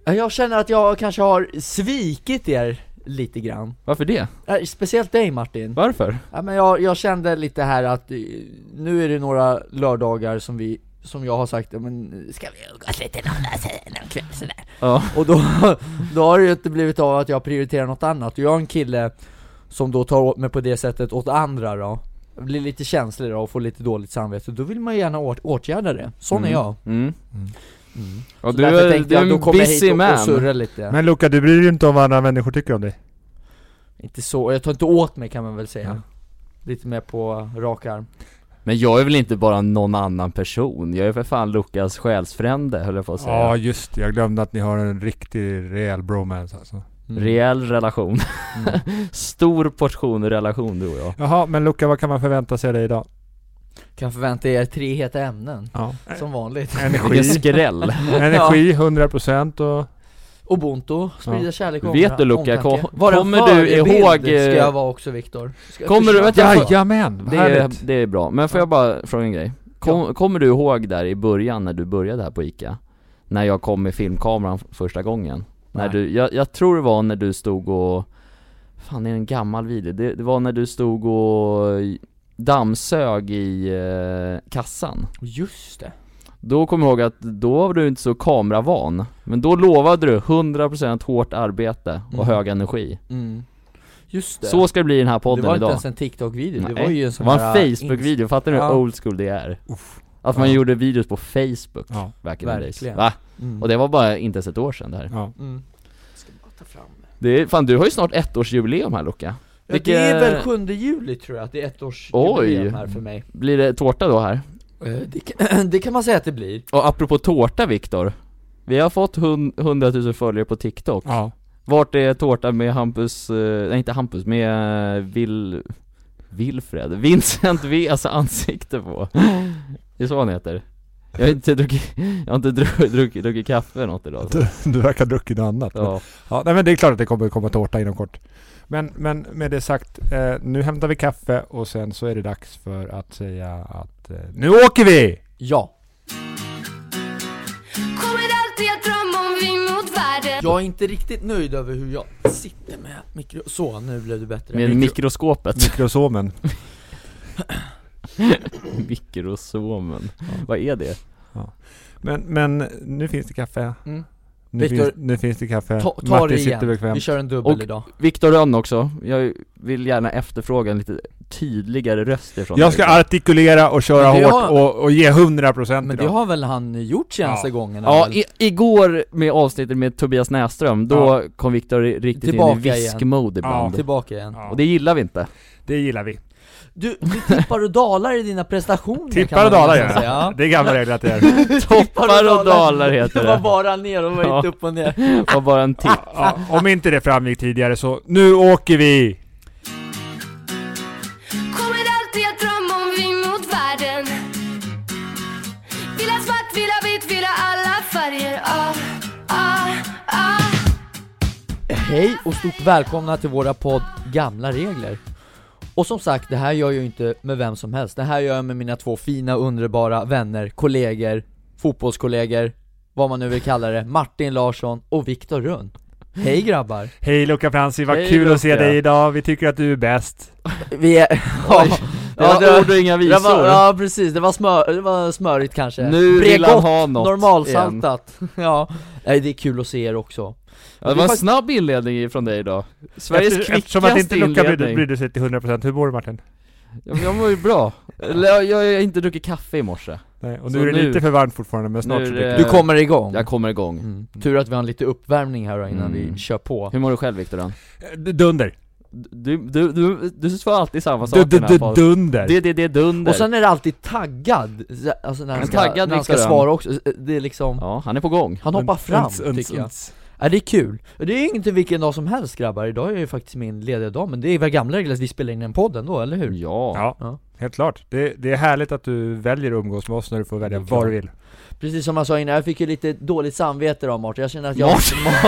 Jag känner att jag kanske har svikit er lite grann. Varför det? Speciellt dig, Martin. Varför? Ja, men jag kände lite här att nu är det några lördagar som jag har sagt, men ska vi umgås lite någon kväll sådär. Ja. Och då har det ju inte blivit av att jag prioriterar något annat. Och jag är en kille som då tar åt mig på det sättet åt andra då. Jag blir lite känslig då och får lite dåligt samvete. Då vill man gärna åtgärda det. Sån är jag. Och du är en busy man. Lite. Men Luca, du bryr dig inte om vad andra människor tycker om dig. Inte så, jag tar inte åt mig kan man väl säga. Lite mer på rak arm. Men jag är väl inte bara någon annan person. Jag är för fan Lukas själsfrände, höll jag på att säga. Ja, just det. Jag glömde att ni har en riktig rejäl bromance alltså. Rejäl relation. Stor portion relation, du och jag. Jaha, men Luca, vad kan man förvänta sig dig idag? Kan förvänta er 3 heta ämnen. Ja. Som vanligt. Energi. Skräll. Energi 100% och Ubuntu, sprida kärlek och vet du Luca, kommer du ihåg ska jag vara också, Viktor? Kommer du, jajamän, det är bra. Men får jag bara fråga en grej? Kommer du ihåg där i början när du började här på ICA? När jag kom med filmkameran första gången? När du, jag tror det var när du stod och... Fan, det är en gammal video. Det var när du stod och dammsög i kassan. Just det. Då kommer jag ihåg att då var du inte så kameravan. Men då lovade du 100% hårt arbete och hög energi. Just det. Så ska det bli i den här podden idag. Det var inte ens en TikTok-video. Nej. Det var ju en sån det var en Facebook-video. Fattar du hur old school det är? Att man gjorde videos på Facebook back in the days. Va? Och det var bara inte ens ett år sedan det här. Ska bara ta fram. Det är, fan, du har ju snart 1-årsjubileum här, Luca. Ja, det är väl 7 juli tror jag att det är 1-årsjubileum här för mig. Blir det tårta då här? Det kan man säga att det blir. Och apropå tårta, Viktor, vi har fått 100 000 följare på TikTok. Vart är tårta med Hampus, nej inte Hampus, med Wilfred Vincent V's ansikte på? Det är så han heter. Jag har inte druckit kaffe eller något idag. Du verkar ha druckit något annat. Ja, nej, men det är klart att det kommer komma tårta inom kort. Men med det sagt, nu hämtar vi kaffe och sen så är det dags för att säga att nu åker vi! Ja. Kommer alltid att drömma om vi mot världen. Jag är inte riktigt nöjd över hur jag sitter med så, nu blev det bättre. Med mikroskopet. Mikrosomen. Mikrosomen. Vad är det? Ja. Men nu finns det kaffe. Nu finns det kaffe. Ta det igen. Vi kör en dubbel idag. Viktor Rönn också. Jag vill gärna efterfråga en lite tydligare röst ifrån. Jag ska artikulera och köra hårt och ge 100%. Men det har väl han gjort senaste gången? Ja, igår med avsnittet med Tobias Näström, då kom Viktor riktigt tillbaka in i viskmode ibland. Tillbaka igen. Och det gillar vi inte. Det gillar vi. Du tippar och dalar i dina prestationer. Tippar och dalar, ja. Det är gamla regler att det är. Toppar och dalar heter det. Det var bara ner och var inte upp och ner. Det var bara en tipp. Om inte det framgick tidigare så nu åker vi. Kommer alltid att drömma om vi mot världen. Vill ha svart, vill ha vitt, vill ha alla färger. Hej och stort välkomna till våra podd Gamla Regler. Och som sagt, det här gör jag ju inte med vem som helst. Det här gör jag med mina 2 fina, underbara vänner, kollegor, fotbollskollegor, vad man nu vill kalla det, Martin Larsson och Viktor Rönn. Hej grabbar. Hej Luca Franzi, vad kul att se dig idag. Vi tycker att du är bäst. Vi är... Det var ord och inga visor. Ja, precis. Det var smörigt kanske. Nu vill han ha något normalsaltat. Ja, det är kul att se er också. Ja, det var en snabb inledning från dig idag. Sveriges kvickaste eftersom att inte Luca brydde sig till 100%. Hur mår du, Martin? Jag mår ju bra. Jag har inte druckit kaffe i morse. Nej, och nu är det lite för varmt fortfarande, men snart så du kommer igång. Jag kommer igång. Tur att vi har en lite uppvärmning här då, innan vi kör på. Hur mår du själv, Viktor? Dunder. Du får alltid samma sak. Dunder. Det är dunder. Och sen är det alltid taggad. Alltså när han ska svara också. Det är liksom... Ja, han är på gång. Han hoppar fram, tycker jag. Ja, det är kul. Det är inte vilken dag som helst, grabbar. Idag är ju faktiskt min lediga dag. Men det är väl gamla regler att vi spelar in en podden då, eller hur? Ja. Helt klart. Det är härligt att du väljer att umgås med oss när du får välja vad du vill. Precis som jag sa innan, jag fick ju lite dåligt samvete då, Martin. Jag känner att jag...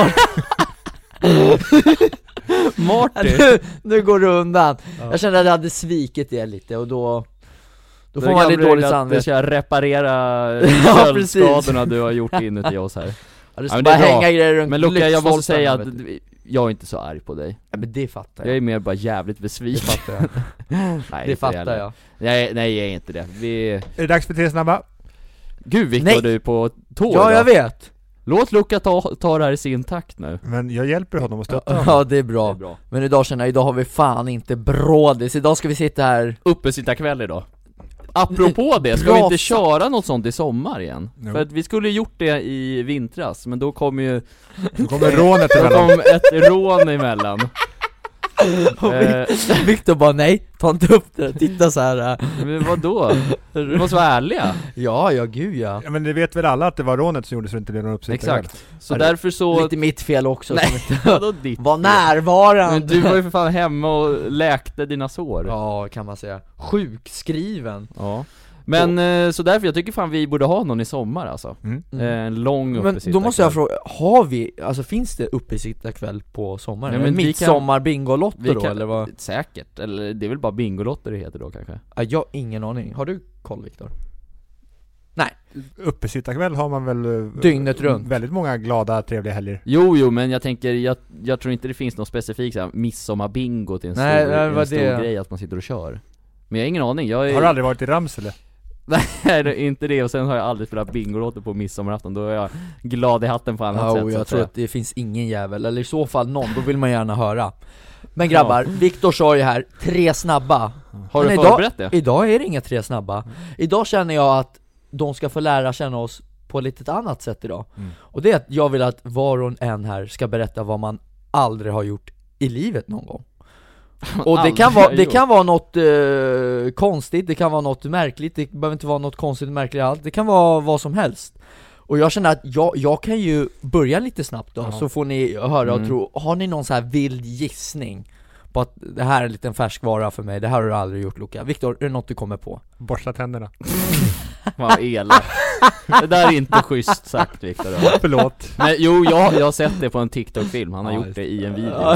Martin. Nu går du undan. Jag kände att jag hade svikit det lite. Och då får man lite dåligt samvete. Du ska reparera skadorna du har gjort inuti oss här. Ja, du ska bara hänga grejer runt. Men Luca, jag måste säga att jag är inte så arg på dig. Ja, men det fattar jag är mer bara jävligt besviken. Det fattar jag. Nej, det fattar jag. Nej, jag är inte det. Är det dags för 3 snabba? Gud, Victor, du är på tår. Ja, jag vet. Låt Luca ta det här i sin takt nu. Men jag hjälper honom att stötta honom. Ja, det är bra. Men idag har vi fan inte brådis. Idag ska vi sitta här sitta kväll idag. Apropå det, ska vi inte köra något sånt i sommar igen? Jo. För att vi skulle gjort det i vintras, men då kom ju rånet emellan. Då kom ett rån emellan. Victor bara nej, ta inte upp det, titta så här. Men vadå? Du måste vara ärliga. Ja, gud ja. Ja, men det vet väl alla att det var rånet som gjorde så inte det någon uppsikt. Exakt. Så därför så... Lite mitt fel också. Nej, var närvarande. Men du var ju för fan hemma och läkte dina sår. Ja, kan man säga. Sjukskriven. Ja. Men så därför, jag tycker fan vi borde ha någon i sommar alltså. En lång uppesittarkväll. Men då måste jag fråga, finns det uppesittarkväll på sommaren? Ja, men midsommar bingolotter då, eller vad? Säkert, eller det är väl bara bingolotter det heter då kanske. Ja, jag har ingen aning. Har du koll, Victor? Nej. Uppesittarkväll har man väl dygnet runt. Väldigt många glada, trevliga helger. Jo, men jag tänker, jag tror inte det finns något specifikt såhär midsommarbingo till en stor grej att man sitter och kör. Men jag har ingen aning. Har du aldrig varit i Ramsele? Nej, inte det. Och sen har jag aldrig spelat bingolåter på midsommarafton. Då är jag glad i hatten på annat sätt. Jag tror att det finns ingen jävel. Eller i så fall någon, då vill man gärna höra. Men grabbar, Victor sa ju här 3 snabba. Har du förberett det? Idag är det inga 3 snabba. Idag känner jag att de ska få lära känna oss på ett litet annat sätt idag. Och det är att jag vill att var och en här ska berätta vad man aldrig har gjort i livet någon gång. Och det kan vara något konstigt, det kan vara något märkligt, det behöver inte vara något konstigt och märkligt allt. Det kan vara vad som helst. Och jag känner att jag kan ju börja lite snabbt då, så får ni höra och tro. Har ni någon så här vild gissning på att det här är en liten färskvara för mig, det här har du aldrig gjort, Luca? Victor, är det något du kommer på? Borsta tänderna. Vad elak. Det där är inte schysst sagt, Victor. Förlåt. Men jo, jag har sett det på en TikTok-film. Han har gjort det i en video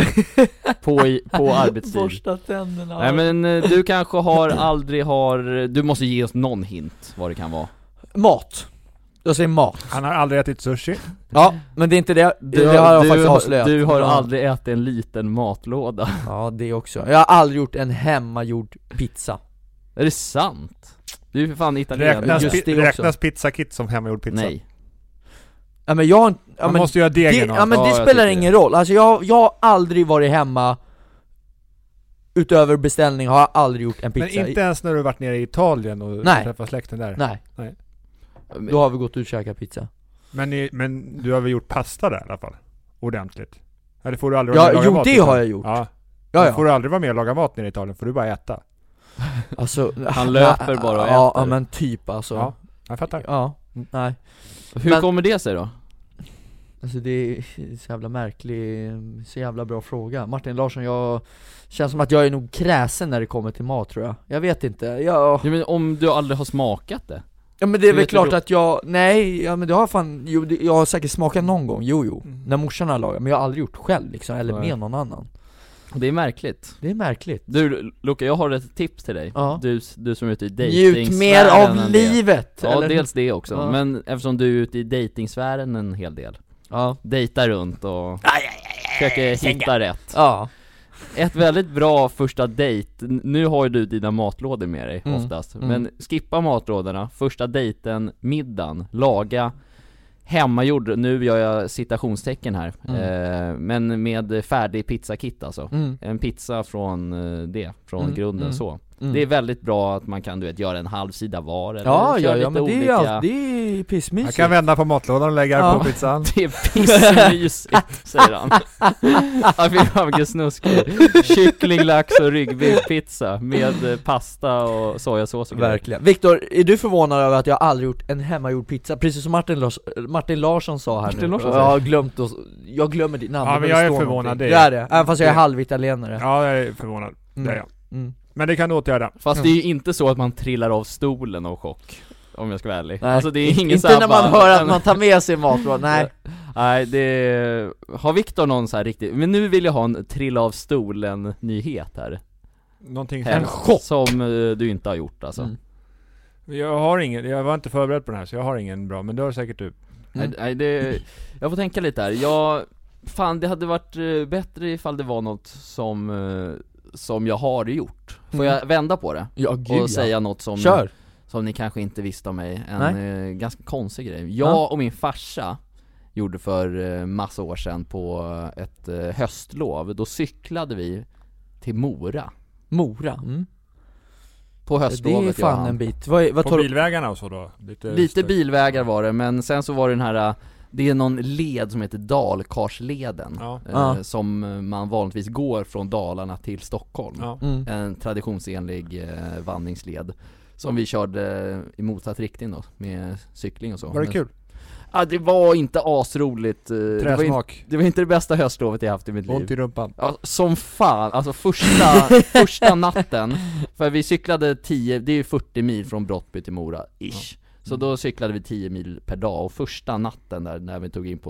på arbetstid. Borsta tänderna. Nej, men du kanske aldrig har... Du måste ge oss någon hint vad det kan vara. Mat. Jag säger mat. Han har aldrig ätit sushi. Ja, men det är inte det. Det har jag faktiskt avslöjat. Du har aldrig ätit en liten matlåda. Ja, det också. Jag har aldrig gjort en hemmagjord pizza. Är det sant? Du är för fan italienare. Räknas pizzakit som hemmagjord pizza? Nej. Ja, men jag... Man måste göra degen. Ja, men det spelar ingen roll. Alltså jag har aldrig varit hemma utöver beställning, har jag aldrig gjort en pizza. Men inte ens när du varit nere i Italien och träffat släkten där? Nej. Då har vi gått ut och käkat pizza. Men du har väl gjort pasta där i alla fall? Ordentligt. Eller får du aldrig vara med och laga mat? Jo, det har jag gjort. Ja. Får du aldrig vara med och laga mat nere i Italien? Får du bara äta? Alltså, han löper bara och äter. Ja, men typ alltså. Ja, jag fattar. Ja, nej. Hur kommer det sig då? Alltså det är så jävla märklig, så jävla bra fråga. Martin Larsson, jag känns som att jag är nog kräsen när det kommer till mat, tror jag. Jag vet inte. Ja, men om du aldrig har smakat det? Ja, men det är väl klart att jag... Nej, ja, men det har fan... Jo, jag har säkert smakat någon gång. Jo. När morsan har lagat. Men jag har aldrig gjort själv liksom. Eller med någon annan. Det är märkligt. Det är märkligt. Du, Luca, jag har ett tips till dig. Ja. Du som är ute i dejtingsfären. Njut mer av livet. Ja, eller? Dels det också. Ja. Men eftersom du är ute i dejtingsfären en hel del. Ja. Dejtar runt och försöker hitta rätt. Ja. Ett väldigt bra första dejt. Nu har ju du dina matlådor med dig oftast. Men skippa matlådorna. Första dejten, middagen, laga hemmagjord, nu gör jag citationstecken här, men med färdig pizzakit alltså. En pizza från grunden så. Det är väldigt bra att man kan göra en halv sida var eller men olika... det är pissmysigt. Man kan vända på matlådan och lägga på pizzan. Det är pissmysigt, säger han. Jag vill ha mycket snusk. Kyckling, lax och ryggbiffpizza med pasta och sojasås och verkligen. Victor, är du förvånad över att jag aldrig gjort en hemmagjord pizza? Precis som Martin Larsson sa här nu. Jag glömmer ditt namn. Ja, men jag är förvånad. Det är det, även fast jag är halvitalienare. Ja, jag är förvånad. Det är jag. Men det kan du åtgärda. Fast det är ju inte så att man trillar av stolen av chock, om jag ska vara ärlig. Nej, alltså det är ingen inte när man hör att man tar med sig mat. Nej. Nej, det... Har Victor någon så här riktigt... Men nu vill jag ha en trilla av stolen nyhet här. Någonting en chock som du inte har gjort alltså. Jag har ingen, jag var inte förberedd på den här, så jag har ingen bra. Men det har säkert du. Jag får tänka lite här. Fan, det hade varit bättre ifall det var något som jag har gjort. Får jag vända på det? Ja, gud, och säga något som ni kanske inte visste om mig. En ganska konstig grej. Jag och min farsa gjorde för massa år sedan på ett höstlov. Då cyklade vi till Mora. På höstlovet. Det är fan en bit. Vad på bilvägarna och så då? Lite bilvägar var det, men sen så var det den här, det är någon led som heter Dalkarsleden, som man vanligtvis går från Dalarna till Stockholm. En traditionsenlig vandringsled som vi körde i motsatt riktning då, med cykling och så. Var det kul? Ja, det var inte asroligt. Det var inte det bästa höstlovet jag haft i mitt liv. Ont i rumpan. Ja, som fan, alltså första natten. För vi cyklade 10, det är ju 40 mil från Brottby till Mora ish. Så då cyklade vi 10 mil per dag. Och första natten där, när vi tog in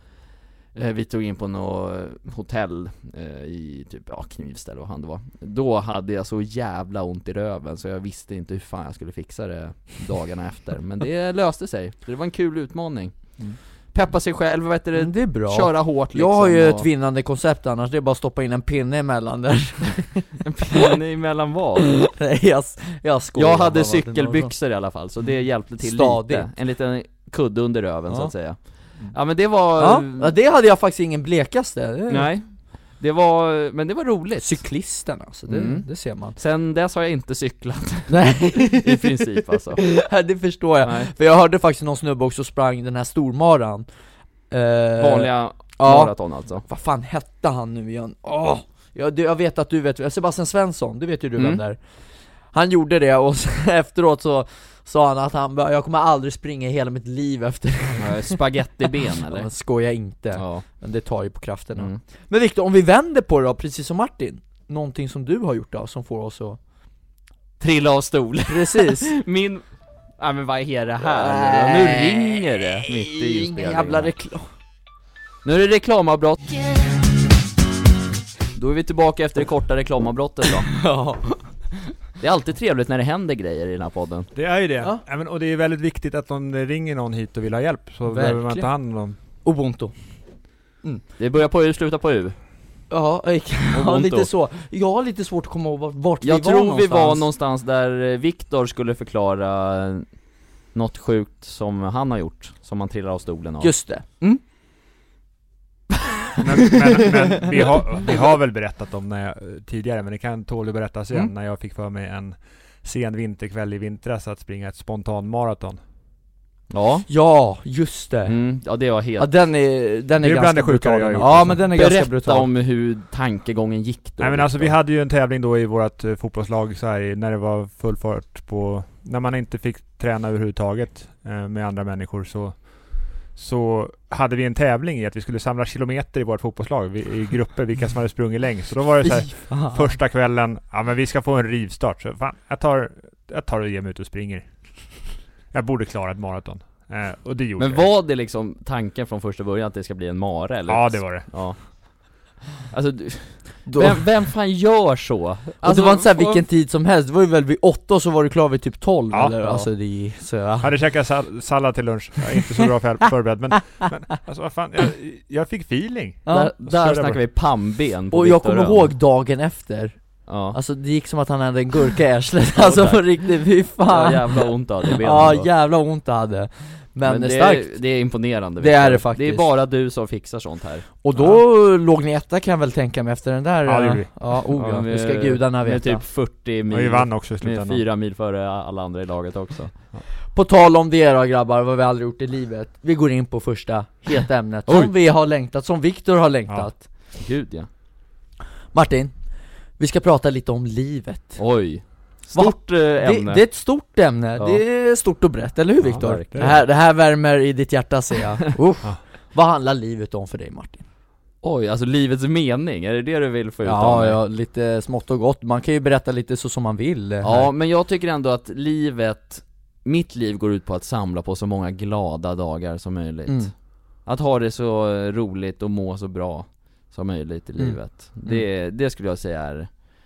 på något hotell i typ Knivsta eller vad han det var. Då hade jag så jävla ont i röven så jag visste inte hur fan jag skulle fixa det dagarna efter. Men det löste sig. Det var en kul utmaning. Peppa sig själv, vet du, det är bra. Köra hårt liksom. Jag har ju ett vinnande koncept annars. Det är bara att stoppa in en pinne emellan där. En pinne emellan vad? Nej, jag skojar. Jag hade cykelbyxor i alla fall, så det hjälpte till stadigt. Lite. En liten kudde under röven så att säga. Ja, men det var... Ja, det hade jag faktiskt ingen blekaste. Nej, men det var roligt. Cyklisten alltså, det ser man. Sen dess har jag inte cyklat. Nej. I princip alltså. Det förstår jag. Nej. För jag hörde faktiskt någon snubbe också sprang den här stormaran. Vanliga maraton alltså. Vad fan hette han nu igen? Jag vet att du vet. Sebastian Svensson, du vet ju du vem där. Han gjorde det och efteråt så sa han att jag kommer aldrig springa hela mitt liv efter spagettiben eller? Ja, skojar inte. Men det tar ju på krafterna. Men Victor, om vi vänder på det då, precis som Martin, någonting som du har gjort då som får oss att trilla av stol. Precis. Men vad är det här? Nu ringer det mitt i inspelningen. Jävla reklam. Nu är det reklamavbrott. Då är vi tillbaka efter det korta reklamavbrottet då. Ja. Det är alltid trevligt när det händer grejer i den här podden. Det är ju det. Ja. Och det är väldigt viktigt att om det ringer någon hit och vill ha hjälp så behöver man ta hand om dem. Ubuntu. Det börjar på U, slutar på U. Ja, lite så. Jag har lite svårt att komma ihåg vart vi var någonstans. Jag tror vi var någonstans där Viktor skulle förklara något sjukt som han har gjort, som han trillar av stolen av. Just det. Men vi har väl berättat om tidigare, men det kan tål att berättas igen när jag fick för mig en sen vinterkväll i vintras att springa ett spontan maraton. Ja, just det. Ja, det var helt... Ja, den är ganska brutal. Ja, men den är ganska brutal. Berätta om hur tankegången gick då. Nej, men alltså vi hade ju en tävling då i vårt fotbollslag så här, när det var full fart på, när man inte fick träna överhuvudtaget med andra människor, så hade vi en tävling i att vi skulle samla kilometer i vårt fotbollslag i grupper, vilka som hade sprungit längst. Så då var det så här, första kvällen, men vi ska få en rivstart. Så fan, jag tar och ger mig ut och springer. Jag borde klara ett maraton. Och det gjorde Men var det liksom tanken från första början att det ska bli en mara eller? Ja, det var det. Ja. Alltså vem fan gör så? Alltså det var inte så här vilken tid som helst. Det var ju väl vid 8 och så var du klar vid typ 12 eller? Ja. Alltså det så jag hade käkat sallad till lunch. Jag är inte så bra förberedd, men alltså vad fan, jag fick feeling. Där snackar vi pannben på. Och jag kommer ihåg dagen efter. Ja. Alltså det gick som att han hade en gurka i ärslet. Alltså på riktigt, fy fan. Ja, jävla ont hade det. Ja, jävla ont hade. Men det är imponerande. Det är det faktiskt. Det är bara du som fixar sånt här. Och då låg ni etta, kan jag väl tänka mig efter den där. Ja, det ska gudarna veta. Med typ 40 mil. Och vi vann också i slutändan. Med 4 mil före alla andra i laget också. Ja. På tal om det då grabbar, vad vi aldrig gjort i livet. Vi går in på första heta ämnet som vi har längtat, som Viktor har längtat. Gud ja. Martin, vi ska prata lite om livet. Oj. Stort ämne. Det är ett stort ämne. Ja. Det är stort och brett, eller hur Viktor? Det här värmer i ditt hjärta, ser jag. Vad handlar livet om för dig, Martin? Oj, alltså livets mening, är det du vill få ut? Ja, lite smått och gott. Man kan ju berätta lite så som man vill. Ja, men jag tycker ändå att mitt liv går ut på att samla på så många glada dagar som möjligt. Att ha det så roligt och må så bra som möjligt i livet. Det skulle jag säga är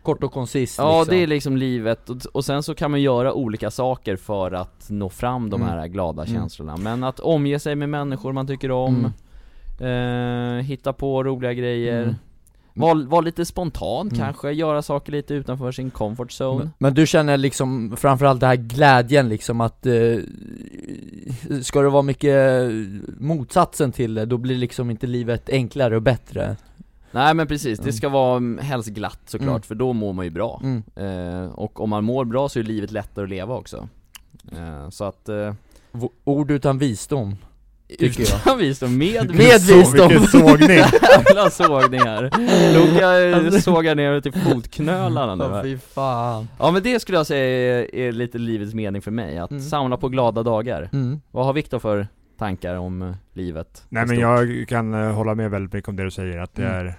Kort och koncist Ja, liksom. det är liksom livet, och sen så kan man göra olika saker för att nå fram de här glada känslorna. Men att omge sig med människor man tycker om, hitta på roliga grejer, var lite spontan kanske, göra saker lite utanför sin comfort zone. Men du känner liksom framförallt det här glädjen liksom att ska det vara mycket motsatsen till det, då blir liksom inte livet enklare och bättre. Nej men precis, det ska vara helst glatt såklart, för då mår man ju bra. Och om man mår bra så är livet lättare att leva också. Så att ord utan visdom, tycker jag. Utan visdom, med visdom. Vilken sågning. Jävla sågningar. Luka sågar ner till fotknölarna nu här. Fy fan. Ja men det skulle jag säga är lite livets mening för mig, att samla på glada dagar. Vad har Viktor för tankar om livet? Nej men jag kan hålla med väldigt mycket om det du säger, att det är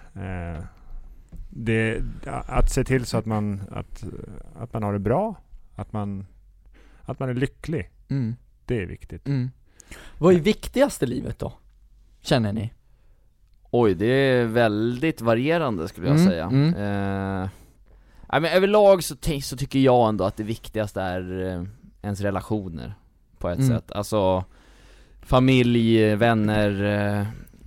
att se till så att man har det bra, att man är lycklig. Det är viktigt. Vad är viktigast i livet då? Känner ni? Oj, det är väldigt varierande skulle jag säga. Men överlag så tycker jag ändå att det viktigaste är ens relationer på ett sätt. Alltså familj, vänner,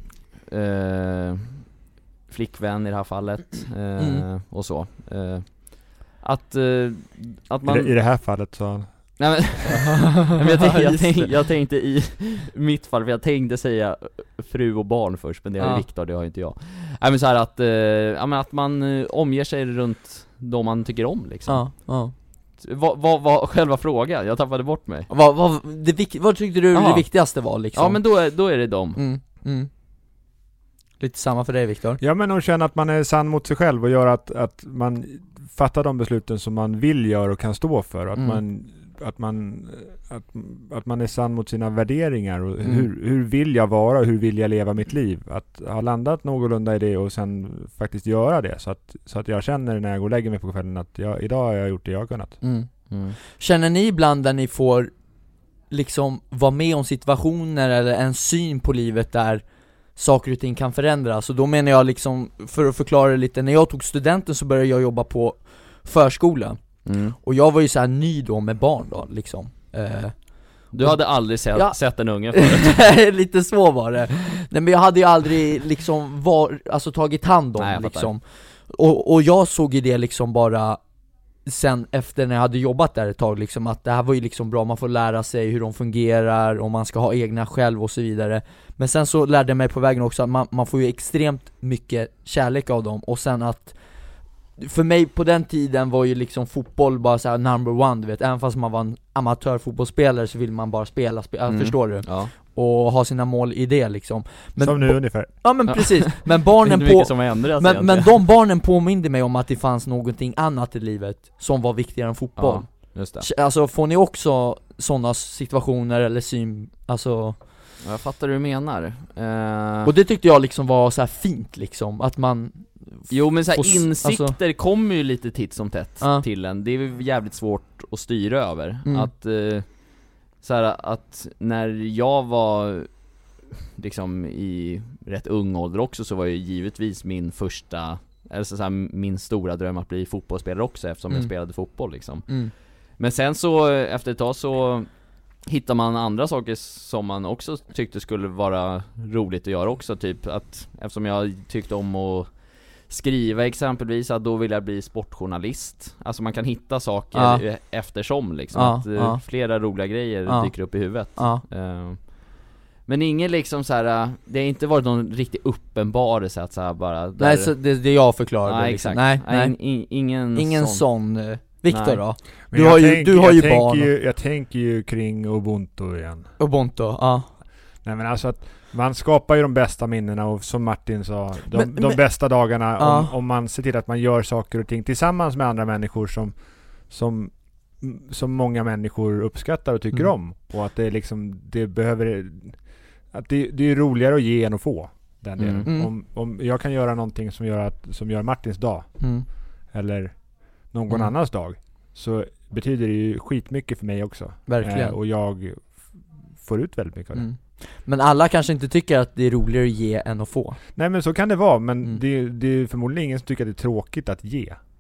flickvän i det här fallet, och så. Att man... I det här fallet så... Nej, men jag tänkte i mitt fall, för jag tänkte säga fru och barn först, men det är Viktor, det har inte jag. Nej men så här att man omger sig runt de man tycker om liksom. Vad själva frågan? Jag tappade bort mig. Vad tyckte du det viktigaste var liksom? Ja men då är det dem. Lite samma för dig, Viktor. Ja, men att känna att man är sann mot sig själv och göra att man fattar de besluten som man vill göra och kan stå för, att man är sann mot sina värderingar och hur vill jag vara och hur vill jag leva mitt liv, att ha landat någorlunda i det och sen faktiskt göra det, så att jag känner när jag går och lägger mig på kvällen att idag har jag gjort det jag har kunnat. Känner ni ibland där ni får liksom vara med om situationer eller en syn på livet där saker och ting kan förändras? Och då menar jag liksom, för att förklara det lite, när jag tog studenten så började jag jobba på förskola. Och jag var ju så här ny då med barn då liksom. Du hade aldrig sett en unge förut. Lite så var det. Nej, men jag hade ju aldrig liksom tagit hand om. Nej, liksom. Och jag såg ju det liksom bara sen efter när jag hade jobbat där ett tag liksom, att det här var ju liksom bra, man får lära sig hur de fungerar och man ska ha egna själv och så vidare. Men sen så lärde jag mig på vägen också att man får ju extremt mycket kärlek av dem, och sen att för mig på den tiden var ju liksom fotboll bara så här number one, du vet. Även fast man var en amatörfotbollsspelare så vill man bara spela, förstår du? Ja. Och ha sina mål i det liksom. Men som nu ungefär. Ja men precis. Men barnen men de barnen påminde mig om att det fanns någonting annat i livet som var viktigare än fotboll. Ja, just det. Alltså får ni också sådana situationer eller syn, alltså... Jag fattar hur du menar. Och det tyckte jag liksom var så här fint liksom, att man... Jo men så här, insikter kommer ju lite titt som tätt till en. Det är ju jävligt svårt att styra över. Att så här, att när jag var liksom i rätt ung ålder också, så var ju givetvis min första, eller så här, min stora dröm att bli fotbollsspelare också, eftersom jag spelade fotboll liksom. Men sen så efter ett tag så hittar man andra saker som man också tyckte skulle vara roligt att göra också, typ att eftersom jag tyckte om att skriva exempelvis, att då vill jag bli sportjournalist. Alltså man kan hitta saker eftersom liksom, att flera roliga grejer dyker upp i huvudet. Men ingen liksom så här, det har inte varit någon riktigt uppenbarelse att så här bara där... Nej, så det jag förklarade. Nej, liksom. Exakt. Nej. Ingen sån. Viktor då? Men du har ju barn. Jag tänker ju kring Ubuntu igen. Ubuntu, Nej men alltså att man skapar ju de bästa minnena, och som Martin sa, de bästa dagarna om man ser till att man gör saker och ting tillsammans med andra människor som många människor uppskattar och tycker om, och att det är liksom, det behöver, att det är roligare att ge än att få den delen. Om jag kan göra någonting som gör Martins dag eller någon annans dag, så betyder det ju skitmycket för mig också. Verkligen. Och jag får ut väldigt mycket av det. Men alla kanske inte tycker att det är roligare att ge än att få. Nej men så kan det vara, men det är förmodligen ingen som tycker att det är tråkigt att ge.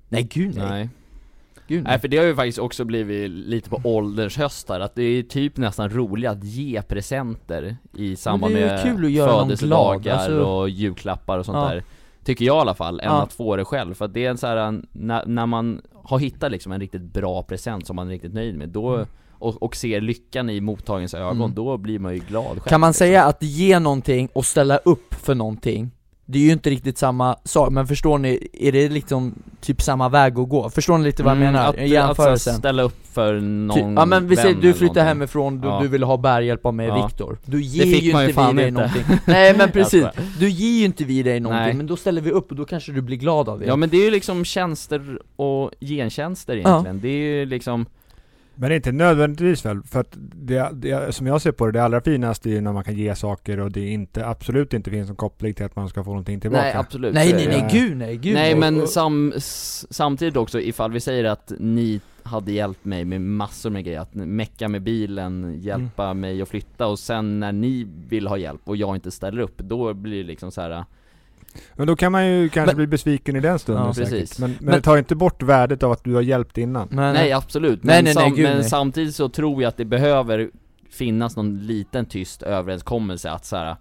Nej gud nej. Nej. Gud, Nej, för det har ju faktiskt också blivit lite på åldershöstar, att det är typ nästan roligt att ge presenter i samband med kul att göra födelsedagar alltså... och julklappar och sånt där. Tycker jag i alla fall, än att få det själv. För att det är en så här, när man har hittat liksom en riktigt bra present som man är riktigt nöjd med, då, och ser lyckan i mottagens ögon, då blir man ju glad själv. Kan man säga att ge någonting och ställa upp för någonting, det är ju inte riktigt samma sak, men förstår ni, är det liksom typ samma väg att gå? Förstår ni lite vad jag menar? I jämförelsen. Att ställa upp för någon ja, men vi säger du flyttar någonting. Hemifrån, du vill ha bärhjälp av mig, Viktor. Du ger ju inte vi dig någonting. Nej men precis, du ger ju inte vi dig någonting. Men då ställer vi upp och då kanske du blir glad av det. Ja, men det är ju liksom tjänster och gentjänster egentligen. Det är ju liksom... Men det är inte nödvändigtvis väl, för att det som jag ser på det allra finaste är när man kan ge saker och det inte, absolut inte finns en koppling till att man ska få någonting tillbaka. Nej, absolut. Nej, gud. Nej, men samtidigt också, ifall vi säger att ni hade hjälpt mig med massor med grejer, att mecka med bilen, hjälpa mig att flytta, och sen när ni vill ha hjälp och jag inte ställer upp, då blir det liksom så här. Men då kan man ju kanske bli besviken i den stunden, säkert. Men det tar inte bort värdet av att du har hjälpt innan. Nej, absolut. Men samtidigt så tror jag att det behöver finnas någon liten tyst överenskommelse att så här,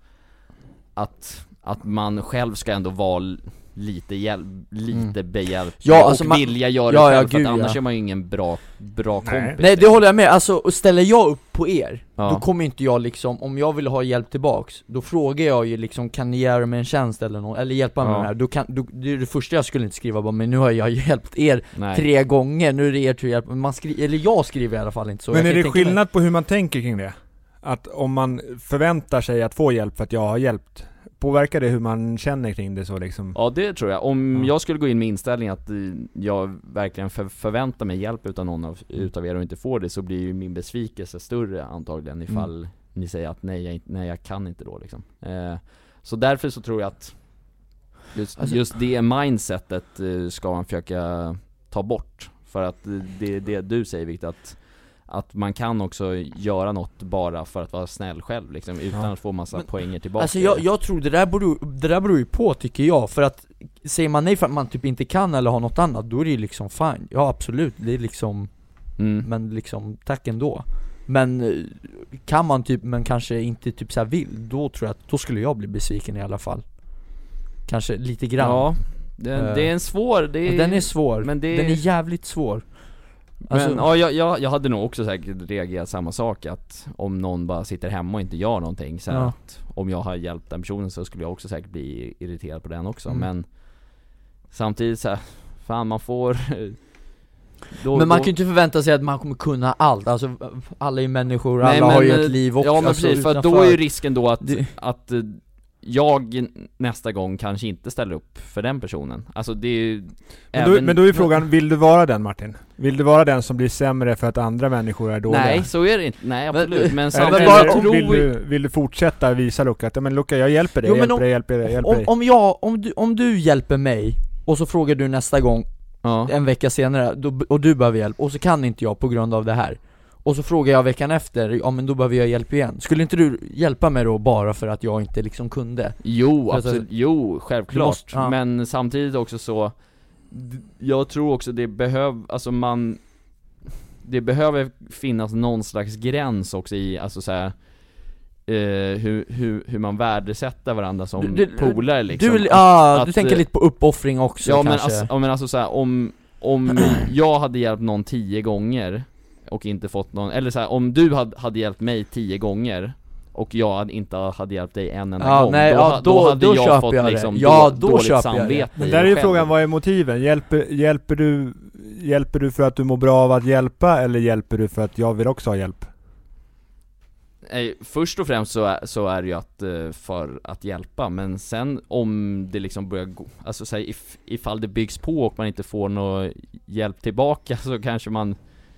att man själv ska ändå vara lite behjälp och vilja göra det själv, för att annars är man ju ingen bra kompis. Nej, det håller jag med. Alltså, ställer jag upp på er, då kommer inte jag liksom, om jag vill ha hjälp tillbaks, då frågar jag ju liksom, kan ni göra mig en tjänst eller något, eller hjälpa mig med det här. Det är det första jag skulle inte skriva bara, men nu har jag hjälpt er 3 gånger, nu är det er till hjälp. Eller jag skriver i alla fall inte så. Men är det skillnad på hur man tänker kring det? Att om man förväntar sig att få hjälp för att jag har hjälpt, påverkar det hur man känner kring det så liksom? Ja, det tror jag. Om jag skulle gå in med inställning att jag verkligen förväntar mig hjälp utan någon utav er och inte får det, så blir ju min besvikelse större antagligen ifall ni säger att nej, jag kan inte då liksom. Så därför så tror jag att just det mindsetet ska man försöka ta bort. För att det du säger, Victor, att man kan också göra något bara för att vara snäll själv liksom, utan att få massa poänger tillbaka. Alltså jag tror det där beror ju på, tycker jag. För att säger man nej för att man typ inte kan eller har något annat, då är det ju liksom fine. Ja, absolut, det är liksom men liksom, tack ändå. Men kan man typ, men kanske inte typ så här vill, då tror jag att då skulle jag bli besviken i alla fall. Kanske lite grann. Ja, det är en svår, den är svår, men den är jävligt svår. Alltså, men jag hade nog också säkert reagerat samma sak, att om någon bara sitter hemma och inte gör någonting så att om jag har hjälpt den personen så skulle jag också säkert bli irriterad på den också. Men samtidigt så här, fan, man får men man kan ju inte förvänta sig att man kommer kunna allt. Alltså alla är människor, alla har ju ett liv också. Ja, men precis, för då är ju risken då att jag nästa gång kanske inte ställer upp för den personen. Alltså det är ju men då är frågan, vill du vara den, Martin? Vill du vara den som blir sämre för att andra människor är dåliga? Nej, så är det inte. Nej, absolut. Men samtidigt vill du fortsätta visa Luca att men Luca, jag hjälper dig, hjälper dig. Om du hjälper mig och så frågar du nästa gång en vecka senare och du behöver hjälp och så kan inte jag på grund av det här. Och så frågar jag veckan efter, men då behöver jag hjälp igen. Skulle inte du hjälpa mig då bara för att jag inte liksom kunde? Jo, absolut. Jo, självklart. Men samtidigt också så, jag tror också det behöver finnas någon slags gräns också i, alltså så här, hur man värdesätter varandra som polare liksom. Du tänker lite på uppoffring också. Ja, kanske. men alltså så här, om jag hade hjälpt någon 10 gånger och inte fått någon, eller så här, om du hade hjälpt mig 10 gånger och jag inte hade hjälpt dig en enda gång, då hade jag fått liksom dåligt samvete. Men där är ju frågan, vad är motiven? Hjälper du för att du mår bra av att hjälpa, eller hjälper du för att jag vill också ha hjälp? Först och främst så är det ju för att hjälpa, men sen om det liksom börjar gå, alltså så här, ifall det byggs på och man inte får någon hjälp tillbaka, så kanske man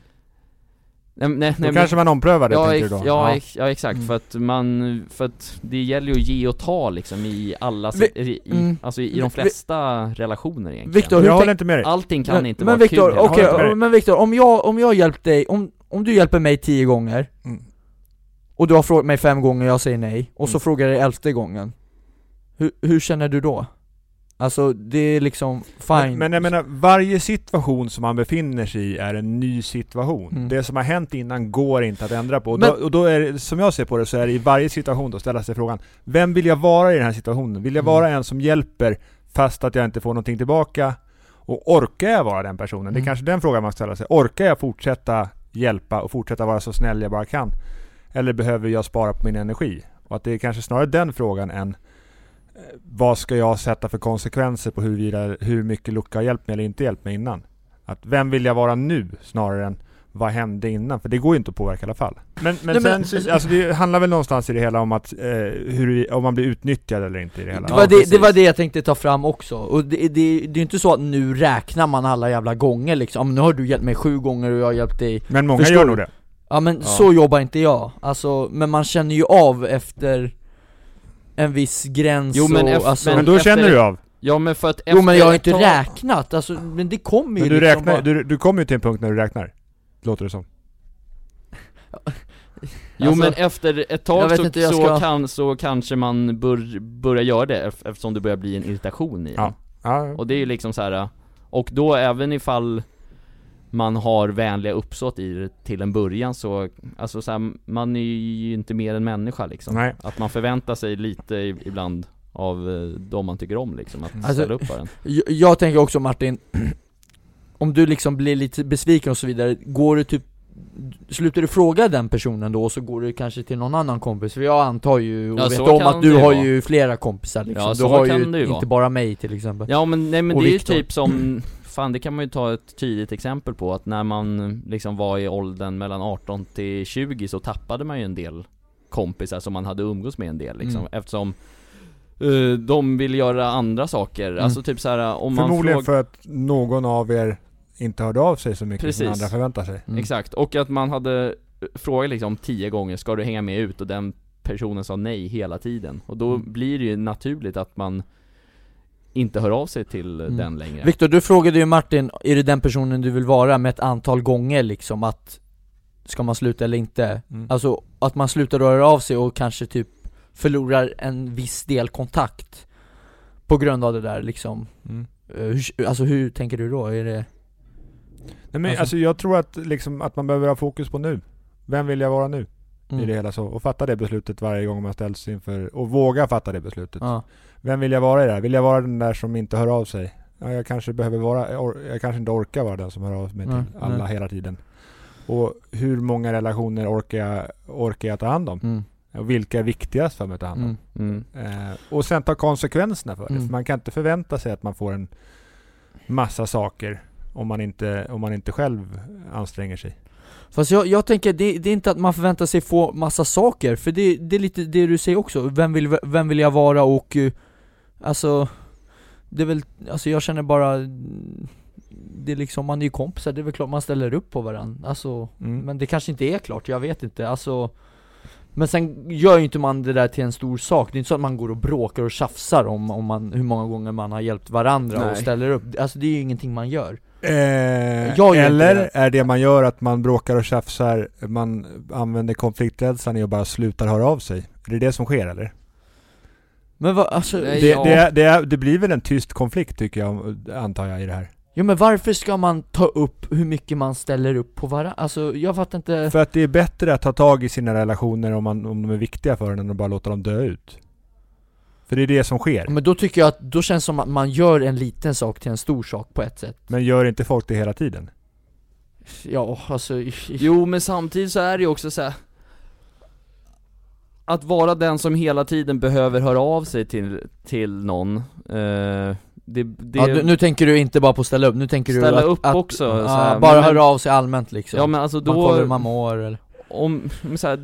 kanske man omprövar det, tänker du då? Ja, exakt. För att det gäller ju att ge och ta liksom i alla alltså i de flesta relationer egentligen. Victor, jag håller inte med dig. Allting kan inte vara kul. Men Victor, om jag hjälpt dig, om du hjälper mig 10 gånger och du har frågat mig 5 gånger och jag säger nej, och så frågar jag dig 11:e gången, hur känner du då? Alltså det är liksom fine. Men jag menar, varje situation som man befinner sig i är en ny situation. Det som har hänt innan går inte att ändra på. Och då är det, som jag ser på det, så är det i varje situation då ställa sig frågan: vem vill jag vara i den här situationen? Vill jag vara en som hjälper fast att jag inte får någonting tillbaka? Och orkar jag vara den personen? Det är kanske den frågan man ställer sig. Orkar jag fortsätta hjälpa och fortsätta vara så snäll jag bara kan? Eller behöver jag spara på min energi? Och att det är kanske snarare den frågan än vad ska jag sätta för konsekvenser på hur mycket Luka har hjälpt mig eller inte hjälpt mig innan. Att vem vill jag vara nu snarare än vad hände innan? För det går ju inte att påverka i alla fall. Men alltså det handlar väl någonstans i det hela om att om man blir utnyttjad eller inte i det hela. Det var det jag tänkte ta fram också. Och det är ju inte så att nu räknar man alla jävla gånger liksom. Nu har du hjälpt mig 7 gånger och jag har hjälpt dig. Men många gör nog det. Ja, men så jobbar inte jag. Alltså, men man känner ju av efter en viss gräns. Jo, men, men då känner du av. Ja, men för att men jag har inte räknat. Alltså, men det kommer ju men liksom du kommer ju till en punkt när du räknar. Låter det som. Jo, alltså, men efter ett tag så kanske man börjar göra det eftersom det börjar bli en irritation i den. Ja. Och det är ju liksom så här. Och då även ifall man har vänliga uppsåt i det till en början, så alltså så här, man är ju inte mer än människa liksom. Nej. Att man förväntar sig lite ibland av de man tycker om liksom, att alltså, ställa upp på den. Jag tänker också, Martin, om du liksom blir lite besviken och så vidare, går du typ, slutar du fråga den personen då, och så går du kanske till någon annan kompis? För jag antar ju och vet om att du har ju flera kompisar liksom. Ja, du har ju inte vara. Bara mig till exempel. Ja, men nej, men och det är ju Victor. typ som fan, det kan man ju ta ett tydligt exempel på, att när man liksom var i åldern mellan 18 till 20 så tappade man ju en del kompisar som man hade umgås med en del liksom, eftersom de vill göra andra saker. Alltså typ så här, om man förmodligen för att någon av er inte hörde av sig så mycket som andra förväntar sig. Exakt, och att man hade frågat liksom 10 gånger, ska du hänga med ut? Och den personen sa nej hela tiden. Och då blir det ju naturligt att man inte hör av sig till den längre. Victor, du frågade ju Martin, är det den personen du vill vara med ett antal gånger liksom, att ska man sluta eller inte? Alltså att man slutar röra av sig och kanske typ förlorar en viss del kontakt på grund av det där liksom. Hur tänker du då? Är det... Nej, men alltså jag tror att liksom att man behöver ha fokus på nu. Vem vill jag vara nu? I det hela så. Och fatta det beslutet varje gång man ställs inför, och våga fatta det beslutet. Vem vill jag vara i det här? Vill jag vara den där som inte hör av sig? Ja, jag kanske jag kanske inte orkar vara den som hör av mig till alla hela tiden. Och hur många relationer orkar jag ta hand om? Och vilka är viktigast för mig att ta hand om? Och sen ta konsekvenserna för det. För man kan inte förvänta sig att man får en massa saker om man inte själv anstränger sig. Fast jag tänker, det är inte att man förväntar sig få massa saker, för det är lite det du säger också. Vem vill jag vara? Och alltså det är väl, alltså jag känner bara, det är liksom, man är ju kompisar, det är väl klart man ställer upp på varandra. Alltså, men det kanske inte är klart, jag vet inte. Alltså, men sen gör ju inte man det där till en stor sak. Det är inte så att man går och bråkar och tjafsar om man, hur många gånger man har hjälpt varandra och ställer upp. Alltså det är ju ingenting man gör. Eller är det man gör att man bråkar och tjafsar, man använder konflikträdslan i att bara slutar höra av sig? Är det som sker, eller? Men vad, alltså, det blir väl en tyst konflikt, tycker jag, antar jag, i det här. Jo, men varför ska man ta upp hur mycket man ställer upp på varandra? Alltså jag fattar inte. För att det är bättre att ta tag i sina relationer om de är viktiga för en, än att bara låta dem dö ut. För det är det som sker. Men då tycker jag att då känns det som att man gör en liten sak till en stor sak på ett sätt. Men gör inte folk det hela tiden? Ja, alltså. Jo, men samtidigt så är det ju också så här, att vara den som hela tiden behöver höra av sig till någon. Nu tänker du inte bara på ställa upp, nu tänker ställa du upp också så här, bara höra av sig allmänt liksom. Ja, men alltså då man kollar hur man mår eller. Så här,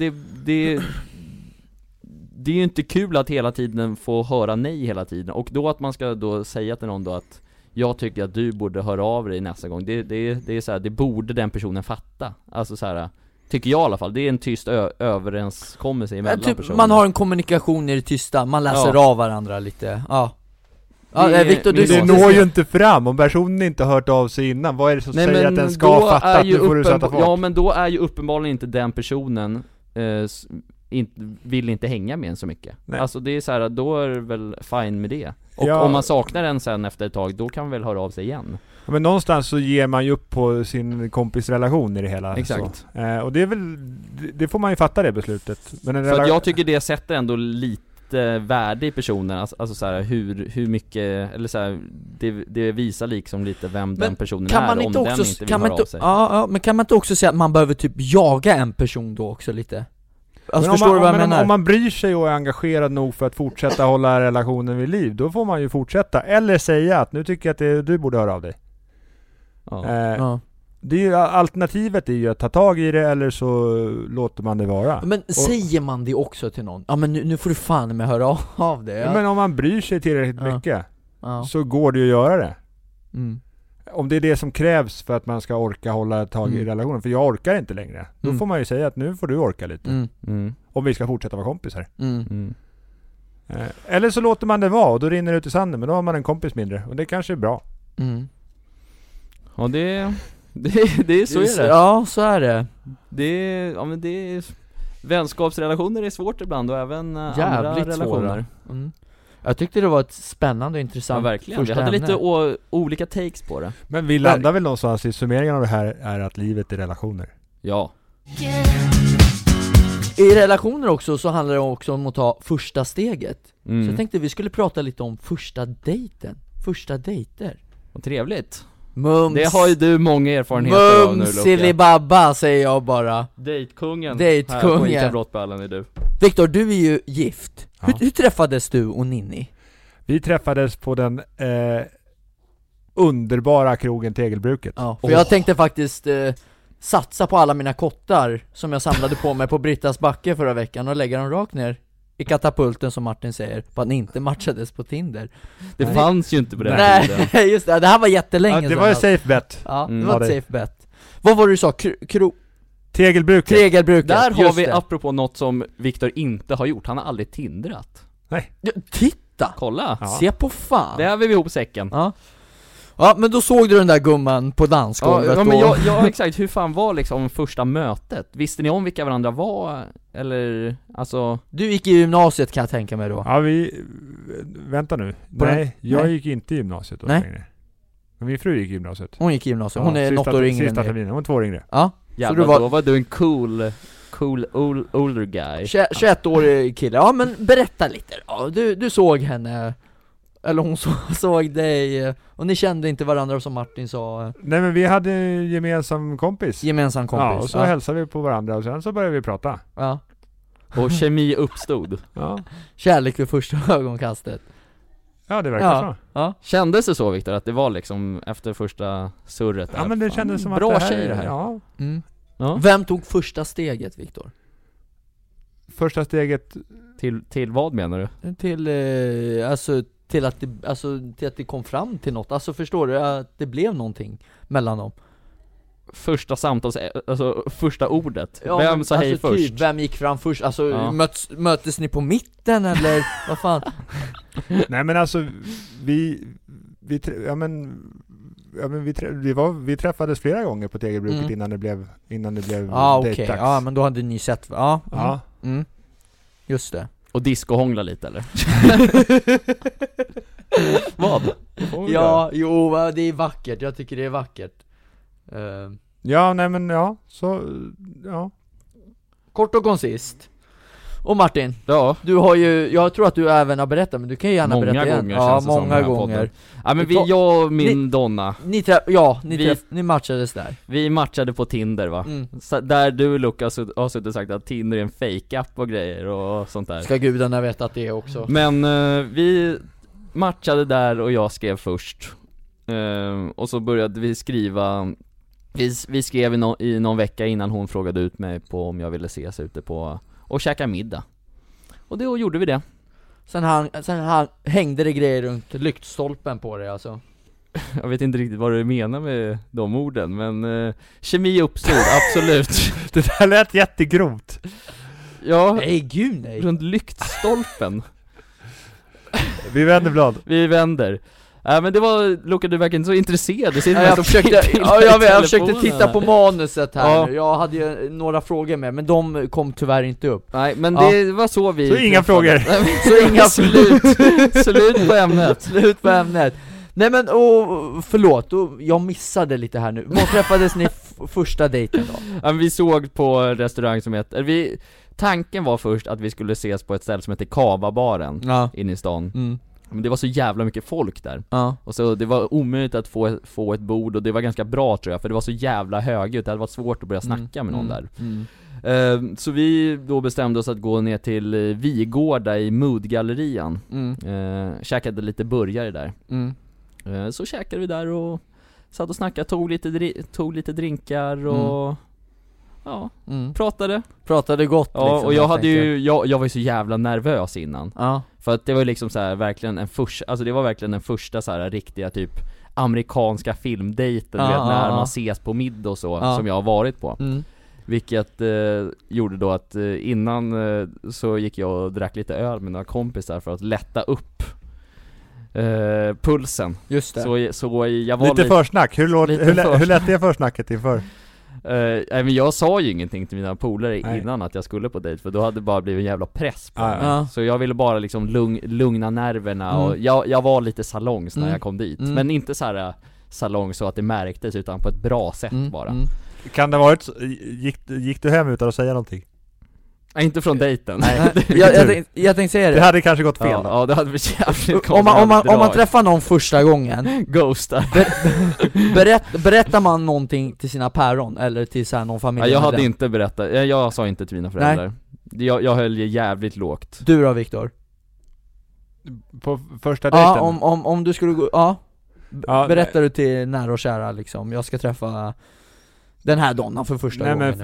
det är ju inte kul att hela tiden få höra nej hela tiden. Och då att man ska då säga till någon då att jag tycker att du borde höra av dig nästa gång. Det är så här, det borde den personen fatta. Alltså så här, tycker jag i alla fall. Det är en tyst överenskommelse emellan typ, personer. man har en kommunikation i det tysta. Man läser av varandra lite. Victor, det når ju inte fram om personen inte har hört av sig innan. Vad är det som säger att den ska fatta att nu får du sätta fart? Ja, men då är ju uppenbarligen inte den personen vill inte hänga med en så mycket. Nej. Alltså det är så här, då är det väl fine med det. Och om man saknar den sen efter ett tag, då kan man väl höra av sig igen. Ja, men någonstans så ger man ju upp på sin kompisrelation i det hela. Exakt. Och det är väl, det får man ju fatta det beslutet. Men för att jag tycker det sätter ändå lite värde i personen, alltså så här, hur mycket, eller så här, det visar liksom lite vem den personen är, om den inte vill höra av sig. Ja, men kan man inte också säga att man behöver typ jaga en person då också lite? Alltså, förstår du vad jag menar? Om man bryr sig och är engagerad nog för att fortsätta hålla relationen vid liv, då får man ju fortsätta. Eller säga att nu tycker jag att du borde höra av dig. Ja. Det är ju, alternativet är ju att ta tag i det, eller så låter man det vara. Men säger man det också till någon? Ja, men nu får du fan med höra av det. Ja, men om man bryr sig tillräckligt mycket så går det ju att göra det. Om det är det som krävs för att man ska orka hålla tag i relationen. För jag orkar inte längre. Då får man ju säga att nu får du orka lite. Om vi ska fortsätta vara kompisar. Eller så låter man det vara och då rinner det ut i sanden. Men då har man en kompis mindre. Och det kanske är bra. Ja, det är så är det. Ja, så är det. Men det är vänskapsrelationer är svårt ibland och även andra relationer. Jag tyckte det var ett spännande och intressant verkligen. Vi hade lite olika takes på det. Men vi landar väl någonstans i summeringen av det här är att livet är relationer. Ja. I relationer också så handlar det också om att ta första steget. Så jag tänkte vi skulle prata lite om första dejten. Första dejter. Vad trevligt. Mums. Det har ju du många erfarenheter av nu, Luka. Silibabba säger jag bara. Dejtkungen. Dejtkungen. Här på är du. Viktor, du är ju gift. Hur träffades du och Ninni? Vi träffades på den underbara krogen Tegelbruket. Ja, för jag tänkte faktiskt satsa på alla mina kottar som jag samlade på mig på Brittas backe förra veckan och lägga dem rakt ner i katapulten, som Martin säger, på att ni inte matchades på Tinder. Det fanns ju inte på den tiden. Nej, just det. Det här var jättelänge sedan. Det var ett safe bet. Ja, det var ett safe bet. Vad var det du sa? Tegelbruket. Där har vi, apropå något som Viktor inte har gjort. Han har aldrig tindrat. Nej. Titta! Kolla. Ja. Se på fan. Det har vi ihop säcken. Ja, men då såg du den där gumman på dansgolvet. Ja, men exakt. Hur fan var liksom första mötet? Visste ni om vilka varandra var? Eller, alltså... Du gick i gymnasiet, kan jag tänka mig då. Ja, vänta nu. Jag gick inte i gymnasiet då längre. Men min fru gick i gymnasiet. Hon gick i gymnasiet. Hon är något år yngre. Sista terminen. Hon är 2 år yngre. Ja. Jävlar, då var du en cool older guy. 21-årig kille. Ja, men berätta lite. Ja, du såg henne. Eller hon såg dig. Och ni kände inte varandra, som Martin sa. Nej, men vi hade gemensam kompis. Ja, och så hälsade vi på varandra. Och sen så började vi prata. Ja. Och kemi uppstod. Ja. Kärlek vid första ögonkastet. Ja, det verkar så. Ja. Kändes det så, Viktor, att det var liksom efter första surret? Ja, men det kändes som bra att det tjej det här. Ja. Ja. Vem tog första steget, Viktor? Första steget till vad menar du? Till att det kom fram till något. Alltså, förstår du att det blev någonting mellan dem? Första samtals, alltså första ordet. Vem sa hej först? Typ, vem gick fram först? Alltså, möttes ni på mitten eller vad fan? Nej, men alltså vi träffades flera gånger på Tegelbruket innan det blev dejtdags. Ja, men då hade ni sett. Just det. Och discohångla lite, eller? Vad? Ja, jo, det är vackert. Jag tycker det är vackert. Kort och koncist. Och Martin, du har ju, jag tror att du även har berättat, men du kan ju gärna berätta igen. Många gånger. Ja, men jag och min donna. Ni matchades där. Vi matchade på Tinder, va? Så där du, Lukas, har suttit och sagt att Tinder är en fake-app och grejer och sånt där. Ska gudarna veta att det är också. Men vi matchade där och jag skrev först. Och så började vi skriva. Vi skrev i någon vecka innan hon frågade ut mig på om jag ville ses ute på och käka middag. Och då gjorde vi det. Sen han hängde det grejer runt lyktstolpen på det, alltså. Jag vet inte riktigt vad du menar med de orden, men kemi uppstod, absolut. Det där lät jättegrovt. Ja, nej. Runt lyktstolpen. Vi vänder blad. Vi vänder. men det var, Luka, du verkar inte så intresserad. Jag försökte titta på manuset här. Jag hade ju några frågor med, men de kom tyvärr inte upp. Nej, men det var så vi... Så inga frågor. Så inga Slut på ämnet. Nej men, förlåt, jag missade lite här nu. Var träffades ni första dejten då? Ja, vi såg på en restaurang som heter... Tanken var först att vi skulle ses på ett ställe som heter Kavabaren inne i stan. Men det var så jävla mycket folk där. Och så det var omöjligt att få ett bord, och det var ganska bra tror jag, för det var så jävla högljutt. Det hade varit svårt att börja snacka med någon där. Så vi då bestämde oss att gå ner till Vigårda i Moodgallerian. Käkade lite burgare där. Så käkade vi där och satt och snackade, tog lite drinkar och pratade gott liksom, och jag hade ju jag var ju så jävla nervös innan. För att det var liksom så här verkligen det var verkligen den första så här riktiga typ amerikanska filmdejten, när man ses på middag och så, som jag har varit på. Vilket gjorde då att innan så gick jag och drack lite öl med några kompisar för att lätta upp pulsen. Just det. Så jag var lite försnack. Hur lät det försnacket inför? Men jag sa ju ingenting till mina polare innan att jag skulle på dejt, för då hade det bara blivit en jävla press på mig. Så jag ville bara liksom lugna nerverna och jag var lite salongs när jag kom dit. Men inte så här salong så att det märktes, utan på ett bra sätt bara. Kan det ha varit gick du hem utan att säga någonting? Nej, inte från dejten. Jag tänkte säga det. Det hade kanske gått fel. Ja, det hade blivit jävligt om man träffar någon första gången, ghostar. Berättar man någonting till sina päron eller till så här någon familj? Jag hade inte berättat. Jag sa inte till mina föräldrar. Jag höll jävligt lågt. Du då, Viktor? På första dejten? Om du skulle gå, berättar du till nära och kära liksom, jag ska träffa den här donnan för första gången.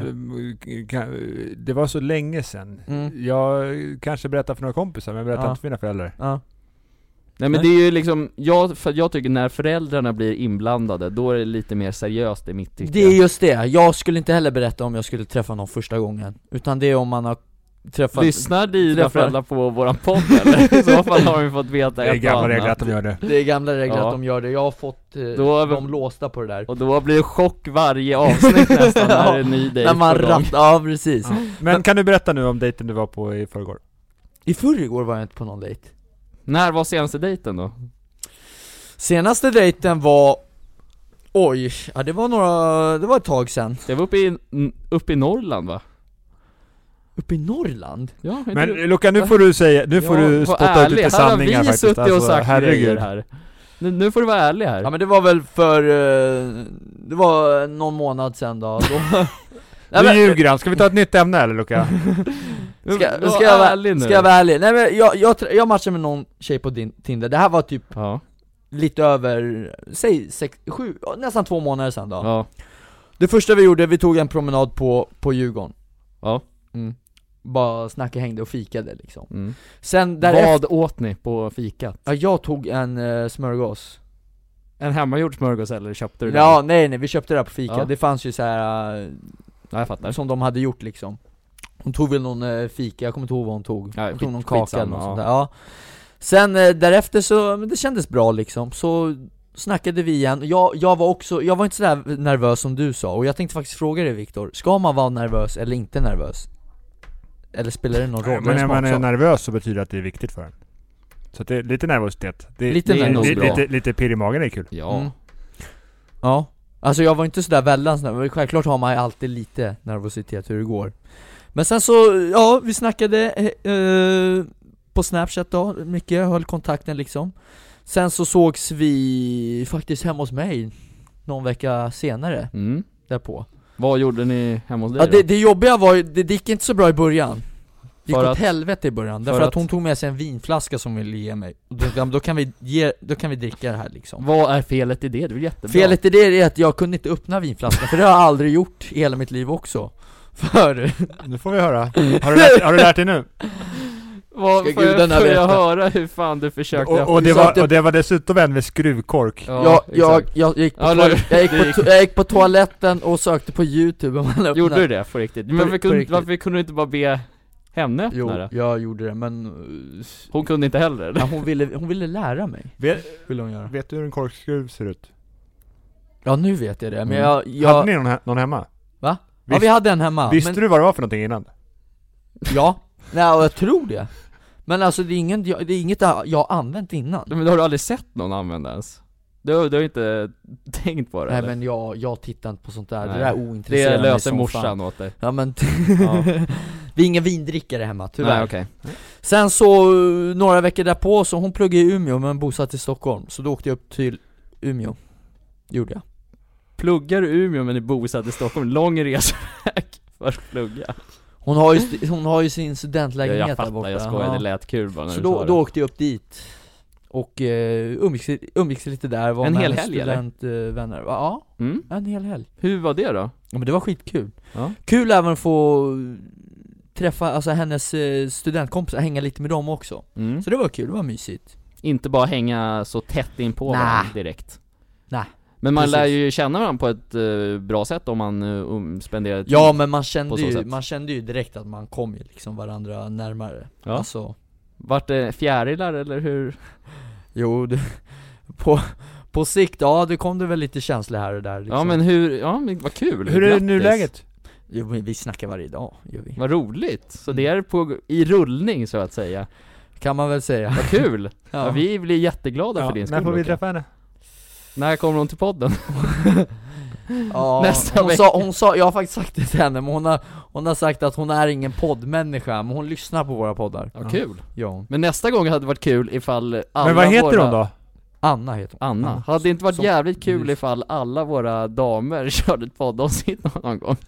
Men det var så länge sedan. Jag kanske berättade för några kompisar, men jag berättade inte för mina föräldrar. Nej, men det är ju liksom jag tycker när föräldrarna blir inblandade, då är det lite mer seriöst i mitt tycke. Det är just det. Jag skulle inte heller berätta om jag skulle träffa någon första gången, utan det är om man har träffat. Lyssnar dina föräldrar på våran podd eller? I så fall har vi fått veta. Det är gamla regler att de gör det. Det är gamla regler att de gör det. Jag har fått de låsta på det där. Och då blir det chock varje avsnitt nästan när det är en ny dejt. När man precis. Men kan du berätta nu om dejten du var på i förrgår? I förrgår var jag inte på någon dejt. När var senaste dejten då? Senaste dejten var det var ett tag sedan. Det var uppe i Norrland, va? Uppe i Norrland? Ja, men Luka, nu får du säga, nu får du spotta ut lite sanningar faktiskt. Här har vi suttit och sagt herregud här. Nu får du vara ärlig här. Ja, men det var väl det var någon månad sedan då. Nu ljuger han. Ska vi ta ett nytt ämne eller, Luka? Ska jag vara ärlig? Nej, men jag matchade med någon tjej på din Tinder. Det här var typ lite över, säg 7, nästan 2 månader sedan då. Ja. Det första vi gjorde, vi tog en promenad på Djurgården. Ja. Bara snackade, hängde och fikade liksom. Sen vad åt ni på fikat? Ja, jag tog en smörgås. En hemmagjord smörgås eller köpte du det? Ja, nej, vi köpte det på fika. Det fanns ju så här jag fattar. som de hade gjort liksom. Hon tog väl någon fika, jag kommer inte ihåg vad hon tog. Hon tog någon kaka eller något sånt där. Ja. Sen därefter så, men det kändes bra liksom. Så snackade vi igen. Jag var inte så där nervös som du sa. Och jag tänkte faktiskt fråga dig, Viktor, ska man vara nervös eller inte nervös? Eller spelar det någon roll? Men när man är nervös så betyder det att det är viktigt för en. Så det är lite nervositet. Lite pirr i magen är kul. Ja. Ja. Alltså jag var inte så där väldans nervös. Självklart har man alltid lite nervositet hur det går. Men sen så, vi snackade på Snapchat då, mycket, höll kontakten liksom. Sen så sågs vi faktiskt hemma hos mig någon vecka senare därpå. Vad gjorde ni hemma hos dig då? Det jobbiga var ju, det gick inte så bra i början. Det gick åt helvete i början. Därför att hon tog med sig en vinflaska som ville ge mig. Då kan vi dricka det här liksom. Vad är felet i det? Det är jättebra. Felet i det är att jag kunde inte öppna vinflaskan. För det har jag aldrig gjort i hela mitt liv också. Nu får vi höra. Har du lärt dig nu? Får jag höra hur fan du försökte? Och det var dessutom en med skruvkork. Jag gick på toaletten och sökte på YouTube. Gjorde du det på riktigt? Men varför kunde du inte bara be Henne Jo, öppnare? jag gjorde det, men Hon kunde inte heller, eller? ja, hon ville lära mig. Ville hon göra. Vet du hur en korkskruv ser ut? Ja, nu vet jag det, men Hade ni någon hemma? Va? Ja, vi hade en hemma. Visste du vad det var för någonting innan? Ja, nej, och jag tror det. Men alltså det är inget jag har använt innan. Men har du aldrig sett någon använda ens? Du har inte tänkt på det? Nej, eller? men jag tittar inte på sånt där. Nej. Det där är ointresserat. Det löser morsan åt dig. Ja, men Ja. vi är inga vindrickare hemma, tyvärr. Nej, okej. Sen så några veckor därpå, så hon pluggade i Umeå men bosatt i Stockholm. Så då åkte jag upp till Umeå. Gjorde jag. Pluggar du i Umeå men är bosatt i Stockholm? Lång resväg för att plugga. Hon har ju sin studentlägenhet Jag där fattar, borta. jag skojar, Ja. det lät kul bara när Så du sa då det. åkte jag upp dit. Och umgicks lite där. Var En med hel hennes helg, eller? studentvänner. Ja, Mm. en hel helg. Hur var det då? Ja, men det var skitkul. Ja. Kul även att få träffa alltså hennes studentkompisar, hänga lite med dem också. Mm. Så det var kul, det var mysigt. Inte bara hänga så tätt in på varandra direkt. Nej. Men man Precis. lär ju känna varandra på ett bra sätt om man spenderar tid. Ja, men man på så sätt. kände ju direkt att man kom ju liksom varandra närmare. Ja. Alltså, Vart det fjärilar eller hur? jo, på sikt, ja, det kom det väl lite känslor här och där liksom. Ja, men vad kul. Hur är Grattis. nuläget? Jo, men vi snackar varje dag, gör vi. Vad roligt. Så det är i rullning så att säga. Kan man väl säga. Vad kul. Ja. Ja, vi blir jätteglada för din skull. När får vi Luca. träffa henne? När kommer hon till podden? Ja, Nästa vecka. hon sa, jag har faktiskt sagt det till henne, men hon har sagt att hon är ingen poddmänniska, men hon lyssnar på våra poddar. Ja, kul. Ja. Men nästa gång hade det varit kul ifall alla Men vad heter våra... hon då? Anna heter hon. Anna. Hade det inte varit Som- jävligt kul just. ifall alla våra damer körde ett poddavsnitt någon gång?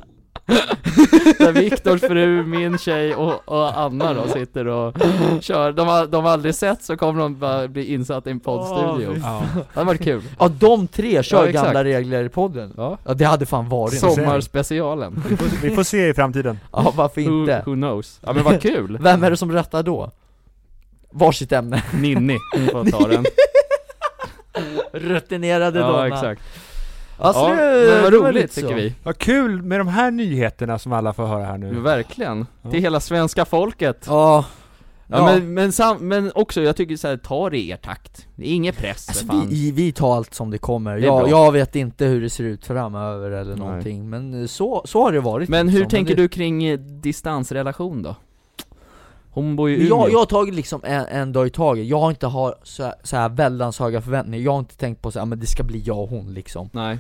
Där Viktors fru, min tjej och Anna då sitter och kör. De har aldrig sett, så kommer de bara bli insatta i en poddstudio. Ja. Det hade varit kul. Ja, de tre kör Ja, exakt. gamla regler i podden. Ja. Ja, det hade fan varit. Sommarspecialen. Vi får se i framtiden. Ja, varför inte? Who knows? Ja, men vad kul. Vem är det som rättar då? Varsitt ämne. Ninni får ta den. Rutinerade Ja, donna. exakt. Alltså, Ja, det men vad var roligt lite tycker så. vi. Vad kul med de här nyheterna som alla får höra här nu. Men verkligen. Ja. Till hela svenska folket. Ja. Ja, men också, jag tycker så här, ta det i er takt. Det är ingen press, Alltså, fan. vi tar allt som det kommer. Det är bra. Jag vet inte hur det ser ut framöver eller Nej. någonting, men så har det varit. Men hur liksom. tänker det, du kring distansrelation då? Hon bor ju i jag Umeå. har tagit liksom en dag i taget. Jag har inte så här väldans höga förväntningar. Jag har inte tänkt på så här, men det ska bli jag och hon liksom. Nej.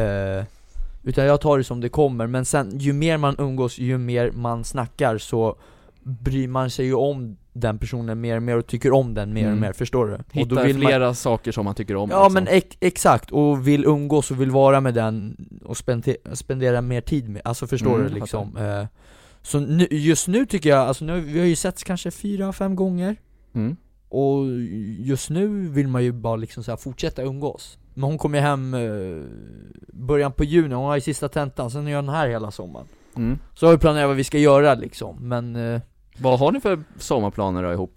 Utan jag tar det som det kommer. Men sen, ju mer man umgås, ju mer man snackar, så bryr man sig ju om den personen mer och mer och tycker om den mer och mer, förstår du? Och Hitta då vill flera saker som man tycker om. Ja, liksom. men exakt, och vill umgås och vill vara med den och spendera mer tid med, alltså förstår du liksom. Så just nu tycker jag, alltså nu, vi har ju setts kanske 4-5 gånger. Och just nu vill man ju bara liksom så här fortsätta umgås. Men hon kommer hem början på juni, hon har ju sista tentan, sen gör den här hela sommaren. Så har vi planerat vad vi ska göra liksom, men vad har ni för sommarplaner då ihop?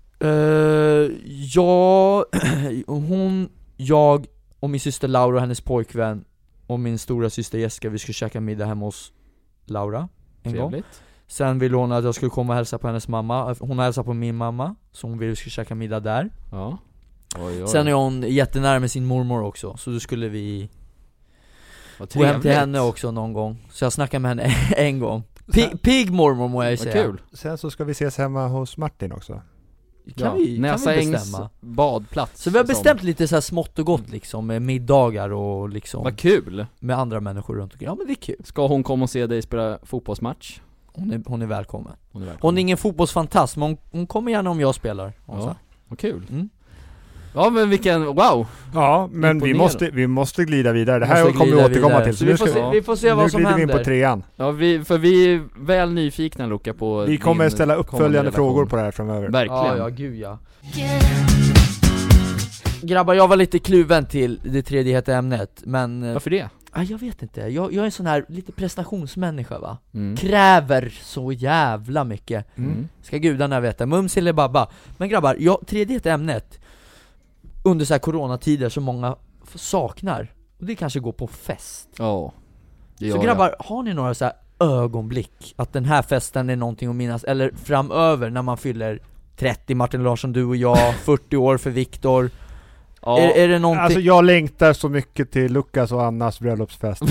Jag och min syster Laura och hennes pojkvän och min stora syster Jessica, vi ska käka middag hemma hos Laura en gång. Sen ville hon att jag skulle komma och hälsa på hennes mamma. Hon hälsar på min mamma, så hon ville att vi skulle käka middag där. Ja. Oj. Sen är hon jättenära med sin mormor också, så då skulle vi gå hem till henne också någon gång. Så jag snackade med henne en gång. Pig mormor må jag ju säga. Kul. Sen så ska vi ses hemma hos Martin också. Kan vi bestämma? Badplats. Så vi har bestämt lite så här smått och gott liksom, med middagar och liksom. Vad kul. Med andra människor runt omkring. Ja, men det är kul. Ska hon komma och se dig spela fotbollsmatch? Hon är välkommen. Hon är ingen fotbollsfantast, men hon kommer gärna om jag spelar. Ja, vad kul. Mm. Ja, men vilken, wow. Ja, men vi måste glida vidare. Det här kommer vi återkomma till. Så vi får se vad som händer. Nu glider vi in på 3:an. Ja, vi är väl nyfikna, Luca, på. Vi kommer ställa uppföljande frågor på det här framöver. Verkligen. Ja, gud ja. Grabbar, jag var lite kluven till det tredje heta ämnet, men varför det? Jag vet inte, jag är en sån här lite prestationsmänniska, va? Kräver så jävla mycket. Ska gudarna veta, mums eller babba. Men grabbar, tredje heta ämnet under så här coronatider som många saknar, och det kanske går på fest. Ja. Så grabbar, har ni några så här ögonblick att den här festen är någonting att minnas, eller framöver när man fyller 30, Martin Larsson, du och jag, 40 år för Viktor. Ja. Är det någonting? Alltså jag längtar så mycket till Lukas och Annas bröllopsfest.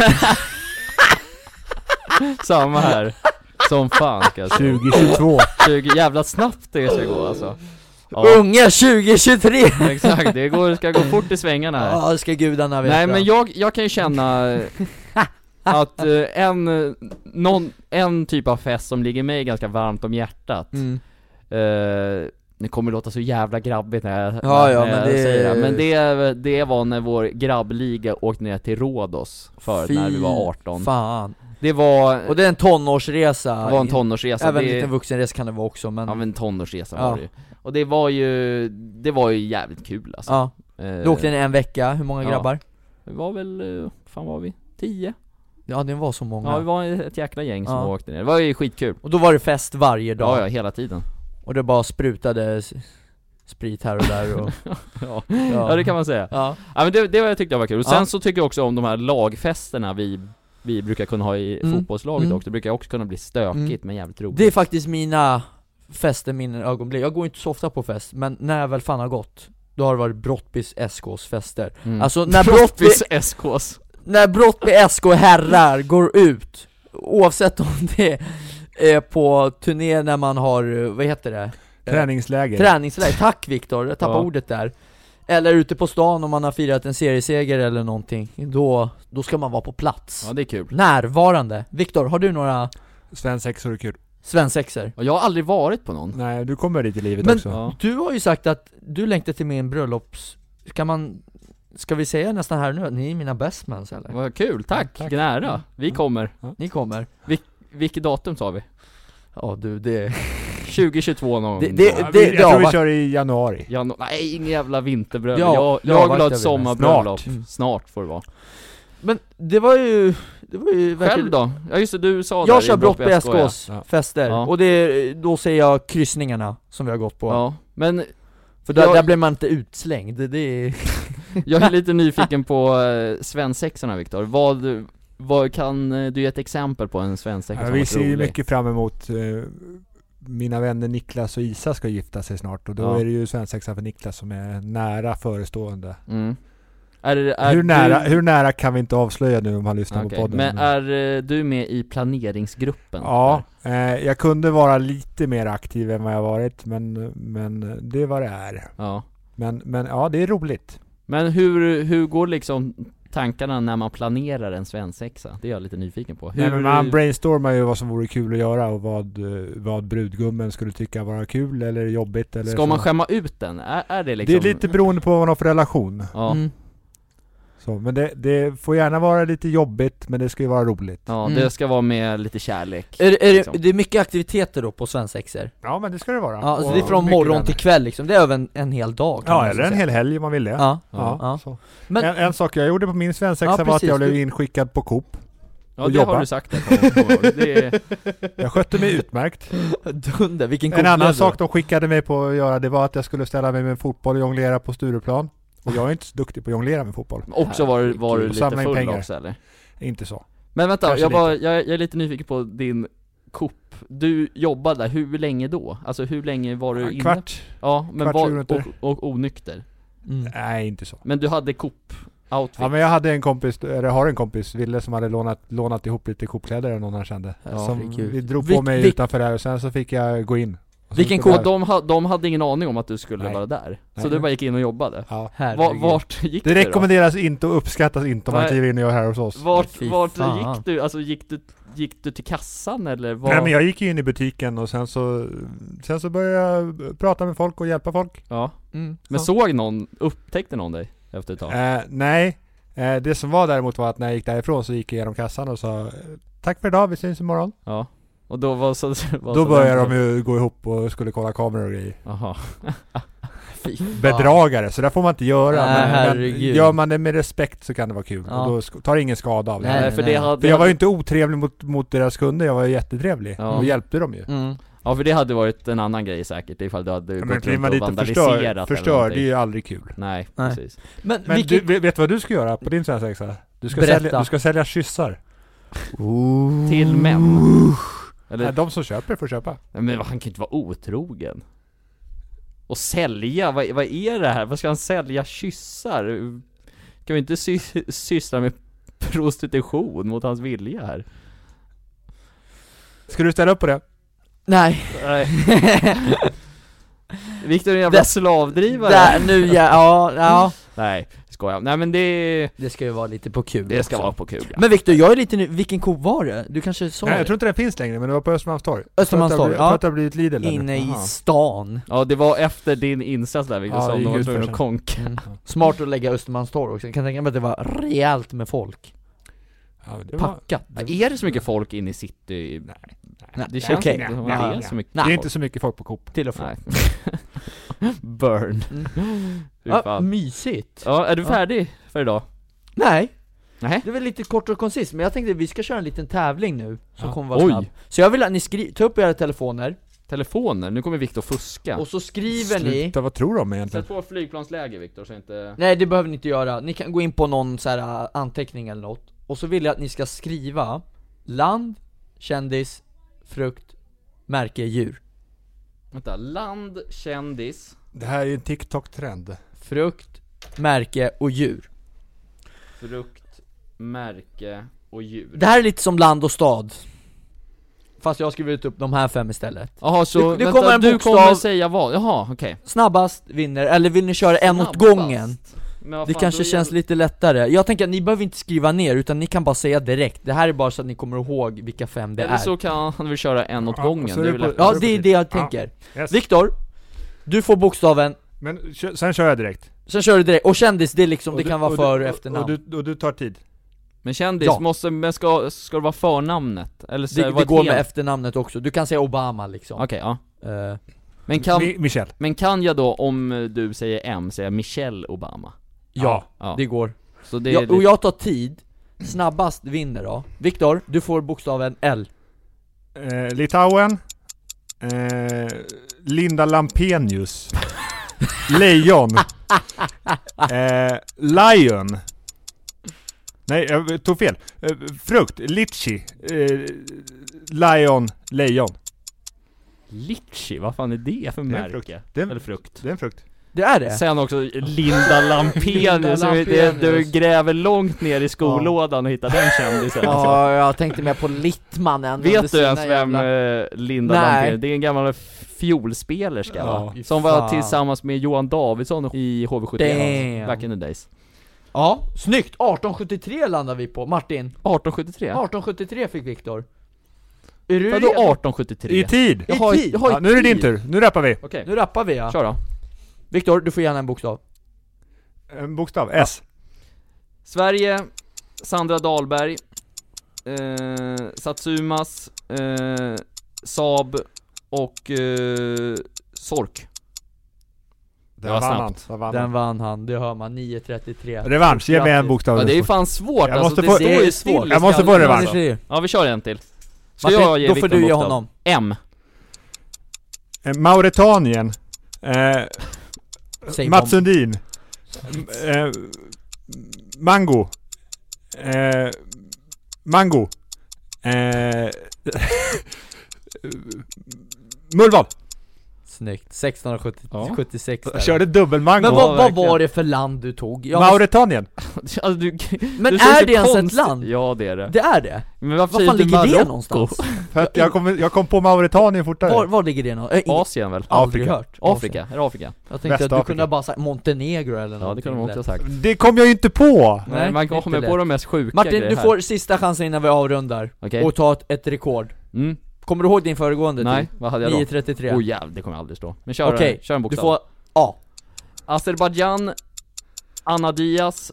Samma här. Som fan ska jag säga. 2022. 20, jävla snabbt det ska gå alltså. Ja. Unga 2023! Exakt, ska gå fort i svängarna här. Ja, det ska gudarna veta. Nej, men jag kan ju känna att en typ av fest som ligger mig ganska varmt om hjärtat. Det kommer låta så jävla grabbigt när jag säger det. Men det var när vår grabbliga åkte ner till Rhodos när vi var 18. Fan. Det var... Och det är en tonårsresa. Det var en tonårsresa. Även en liten vuxenresa kan det vara också, men... Ja, men tonårsresa var det ju. Och det var ju jävligt kul alltså. Ja. Du åkte en vecka, hur många grabbar? Det var väl, fan var vi? 10? Ja, det var så många. Ja, vi var ett jäkla gäng som åkte ner. Det var ju skitkul. Och då var det fest varje dag? Ja, hela tiden. Och det bara sprutade sprit här och där och... ja, det kan man säga. Ja, men det var jag tyckte var kul. Och sen så tycker jag också om de här lagfesterna vi brukar kunna ha i fotbollslaget också. Det brukar också kunna bli stökigt men jävligt roligt. Det är faktiskt mina fester, mina ögonblick. Jag går inte så ofta på fest, men när jag väl fan har gått, då har det varit Brottbys SKs fester. Alltså när Brottbys SKs. När Brottby SK herrar går ut, oavsett om det är på turné när man har, vad heter det? Träningsläger. Tack Viktor, jag tappade ordet där. Eller ute på stan om man har firat en serieseger eller någonting. Då ska man vara på plats. Ja, det är kul. Närvarande. Viktor, har du några svensexor är kul. Svensexor? Jag har aldrig varit på någon. Nej, du kommer dit i livet men också. Men du har ju sagt att du längtar till min bröllops. Ska vi säga nästan här nu att ni är mina bestmans eller? Vad kul, tack. Nära. Vi kommer. Ni kommer. Vilket datum sa vi? Ja du, det 2022 någon. Jag tror vi kör i januari. Nej, ingen jävla vinterbröllop. Jag vill ha ett sommarbröllop. Snart får det vara. Men det var ju själv då? Ja just det, du sa jag kör Brottby SKs fester. Och då säger jag kryssningarna som vi har gått på. Ja, men för där blir man inte utslängd. Det är jag är lite nyfiken på svensexorna, Viktor. Vad kan du ge ett exempel på en svensexa? Vi ser ju mycket fram emot mina vänner Niklas och Isa ska gifta sig snart. Och då är det ju svensexa för Niklas som är nära förestående. Hur nära kan vi inte avslöja nu om han lyssnar på podden. Men är du med i planeringsgruppen? Ja, jag kunde vara lite mer aktiv än vad jag varit. Men det är vad det är. Ja. Men ja, det är roligt. Men hur går liksom tankarna när man planerar en svensexa? Det är jag lite nyfiken på. Nej, men man brainstormar ju vad som vore kul att göra och vad brudgummen skulle tycka vara kul eller jobbigt. Eller ska man skämma ut den? Är det liksom... Det är lite beroende på vad man har för relation. Ja. Så, men det får gärna vara lite jobbigt, men det ska ju vara roligt. Ja, det ska vara med lite kärlek. Det är mycket aktiviteter då på svensexer? Ja, men det ska det vara. Ja, alltså det är från morgon till kväll liksom. Det är över en hel dag. Ja, eller en hel helg om man vill det. Ja. Så. Men en sak jag gjorde på min svensexa var att jag blev inskickad på Coop. Ja, det har du sagt det. Jag skötte mig utmärkt. Dunder, vilken en annan sak de skickade mig på att göra, det var att jag skulle ställa mig med fotboll och jonglera på Stureplan. Och jag är inte så duktig på att jonglera med fotboll. Också var du lite full pengar också, eller? Inte så. Men vänta, jag är lite nyfiken på din Coop. Du jobbade där, hur länge då? Alltså hur länge var du inne? Kvart. Ja, men och onykter? Nej, inte så. Men du hade Coop-outfit? Ja, men jag hade har en kompis, Ville, som hade lånat ihop lite Coop-kläder eller någon han kände. Vi drog på mig utanför där och sen så fick jag gå in. Vilken kod? De hade ingen aning om att du skulle vara där. Så du bara gick in och jobbade. Ja. Vart gick du? Det rekommenderas inte och uppskattas inte om man kliver in och gör här hos oss. Vart gick du? Alltså gick du till kassan eller vad? Nej, men jag gick in i butiken och sen så började jag prata med folk och hjälpa folk. Ja. Men upptäckte någon dig efter ett tag? Nej. Det som var däremot var att när jag gick därifrån så gick jag igenom kassan och sa tack för idag, vi syns imorgon. Ja. Och då började de ju gå ihop och skulle kolla kameror och grejer. Aha. Bedragare, så där får man inte göra. Men gör man det med respekt så kan det vara kul. Och då tar ingen skada av det. Nej, för jag var ju inte otrevlig mot deras kunder, jag var jättetrevlig. Och hjälpte dem ju. Ja, för det hade varit en annan grej säkert ifall du hade gått runt och vandaliserat. Förstör, det är ju aldrig kul. Nej. Precis. Men du vet vad du ska göra på din svensexa? Du ska sälja kyssar. Till män. Eller, de som köper får köpa. men han kan inte vara otrogen. Och sälja, vad är det här? Vad ska han sälja? Kyssar? Kan vi inte syssla med prostitution mot hans vilja här? Ska du ställa upp på det? Nej. Victor är en jävla slavdrivare. Där, nu ja. Nej, skojar. Nej men det ska ju vara lite på kul. Det ska också vara på kul. Ja. Men Victor, jag är lite ny. Vilken ko var det? Du kanske sa Nej, det? jag tror inte det finns längre, men det var på Östermalmstorg. Östermalmstorg, Jag tror att det har blivit Lidl där inne nu. i stan. Ja, det var efter din insats där, Victor, Ja, som det de var gick tvungna ut att för konka. Smart att lägga Östermalmstorg också. Jag kan tänka mig att det var rejält med folk. Ja, det var... Packat. Är det så mycket folk inne i city? Nej. Det känns Okej. inte som att Nej. det är så mycket. Det är Nej. inte så mycket folk på Coop. Till och från. Nej. Burn. Fy Ja, fan. mysigt. Ja, är du färdig för idag? Nej, Nej. det är väl lite kort och koncist. Men jag tänkte att vi ska köra en liten tävling nu som Ja. kommer vara snabb. Så jag vill att ni ta upp era telefoner. Telefoner, nu kommer Victor fuska. Och så skriver ni. Sluta, vad tror de egentligen? Sätt på flygplansläge, Victor, så inte... Nej, det behöver ni inte göra. Ni kan gå in på någon så här anteckning eller något. Och så vill jag att ni ska skriva land, kändis, frukt, märke, djur. Vänta, land, kändis, Det här är en TikTok-trend. Frukt, märke och djur. frukt, märke och djur. Det här är lite som land och stad. Fast jag har skrivit upp de här 5 istället. Jaha, så det kommer en du bokstav. kommer säga vad? Jaha, okej. Snabbast vinner, eller vill ni köra en åt Snabbast. gången? Men vad Det fan, kanske då känns lite lättare. Jag tänker att ni behöver inte skriva ner, utan ni kan bara säga direkt. Det här är bara så att ni kommer ihåg vilka 5 det Eller är. så kan han väl köra en åt Ja, gången. så Det är är det väl på- lätt. Ja, det är det jag tänker. Yes. Viktor, du får bokstaven. Men sen kör jag direkt. Sen kör du direkt, och kändis, det är liksom, Och det du- kan vara och för du- och efternamn. och du tar tid. Men kändis Ja. måste, men ska det vara förnamnet? Eller så Det vara ett går med helt- efternamnet också. Du kan säga Obama liksom. Okej, ja. Eh, Michelle. Men kan jag då, om du säger M, säga Michelle Obama? ja, Ja. det går. Så det är Ja, lite... och jag tar tid. Snabbast vinner då. Viktor, du får bokstaven L. Litauen. Linda Lampenius. Lejon. Lion. Nej, jag tog fel. Frukt. Litchi. Lion. Lejon. Litchi, vad fan är det för Det är en frukt. märke? Det är en- Eller frukt? Det är en frukt. Det är det? Sen också Linda Lampenius, du gräver långt ner i skolådan och hittar den kändisen. Ja, jag tänkte mer på Littmannen. Vet du ens vem Linda Nej. Lampenius? Det är en gammal fiolspelerska, Ja. va? Som var Fan. tillsammans med Johan Davidsson i HV71 Damn. back in the days. Ja, snyggt! 1873 landar vi på. Martin, 1873? 1873 fick Viktor. Är du Vadå redo? 1873? I tid. I tid. Ja, nu är det din tur. Nu rappar vi. Okej, Nu rappar vi, ja. kör då. Viktor, du får gärna en bokstav. En bokstav. S. Sverige, Sandra Dahlberg, Satsumas, Saab och Sork. Den var vann snabbt. han. Den vann han, det hör man. 9.33. Revansch, ge mig en bokstav. Ja, det är ju fan svårt, Jag alltså, måste det få- står det är ju svårt. still i Jag måste få skallen, revansch. alltså. Ja, vi kör en till. Ska Martin, jag ge då får Victor du ge bokstav? honom. M. Mauretanien. Säg Mats om. Sundin. Mango. Mango. Mullvad. Snyggt, 1676 Jag där. körde dubbelmango. Men vad verkligen. var det för land du tog? Jag Mauretanien. Alltså, du Men du säger är så det ens ett konstigt. land? Ja, det är det. Det är det? Men varför Var säger fan du ligger det Marocko? någonstans? För att jag kom på Mauretanien fortare. Var ligger det någonstans? Asien väl? Aldrig Afrika. hört. Afrika, är det Afrika? Jag tänkte att du Västafrika. kunde ha bara sagt Montenegro eller Ja, någonting. det kunde man också ha lätt. sagt. Det kom jag ju inte på. Nej, Man inte kommer på lätt. de mest sjuka Martin, grejer du här. får sista chansen innan vi avrundar. Okej. Och ta ett rekord. Mm. Kommer du ihåg din föregående Nej, tid? vad hade jag då? 9.33. Oh jävlar, det kommer jag aldrig stå. Men kör, Okej, kör en du bokstav. får A. Azerbaijan, Anna Diaz,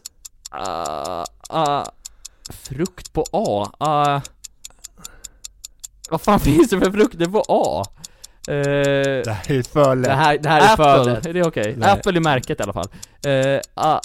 frukt på A. Vad fan finns det för frukter på A? Det här är för lätt. Det här är för Apple, lätt. är det okej? Nej. Apple är märket i alla fall. Det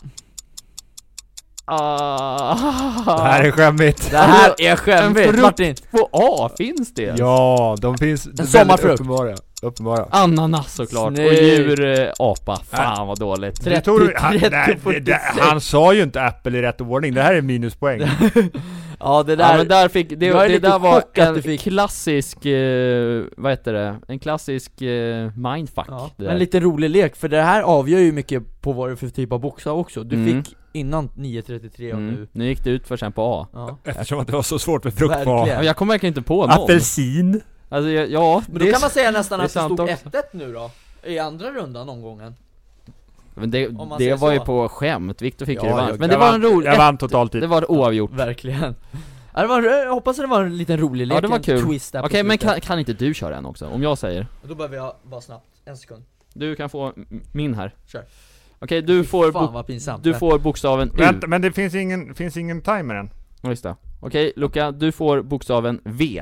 här är skämmigt. Det här är En skämmigt. frukt Martin, på A, finns det? Ja, de finns väldigt sommarfrukt. uppenbara. Ananas såklart, Snyggt. och djur, apa. Fan vad dåligt. 30, Du tog, han, 30, nej, 46. han sa ju inte Apple i rätt ordning. Det här är minuspoäng. Ja, det där... Ja, men där fick, Jag det är lite där var chockad att en du fick- klassisk, vad heter det? En klassisk mindfuck. Ja, det där. en lite rolig lek, för det här avgör ju mycket på vad det är för typ av bokstav också. Du fick innan 9.33 och nu. Nu gick det ut för sen på A. Ja. Eftersom att det var så svårt med frukt på Verkligen. Ja, jag kommer verkligen inte på någon. apelsin. Alltså, ja, Men då kan man säga nästan det är att det sant stod också. 1-1 nu då, i andra rundan omgången. Men det Om man det säger var ju så. på skämt, Victor fick Ja, ju revansch. jag- Men det var en rolig, Jag vann totalt det typ. var oavgjort. Verkligen. Ja, jag hoppas att det var en liten rolig lek. Ja, det var en kul. twist där på Okej, men slutet. kan inte du köra en också? Om jag säger. Då behöver jag vara snabbt, en sekund. Du kan få min här. Kör. Okej, du får Fan vad pinsamt. du får bokstaven U. Vänta, men det finns ingen timer än. Ja, just det. Okej, Luca, du får bokstaven V.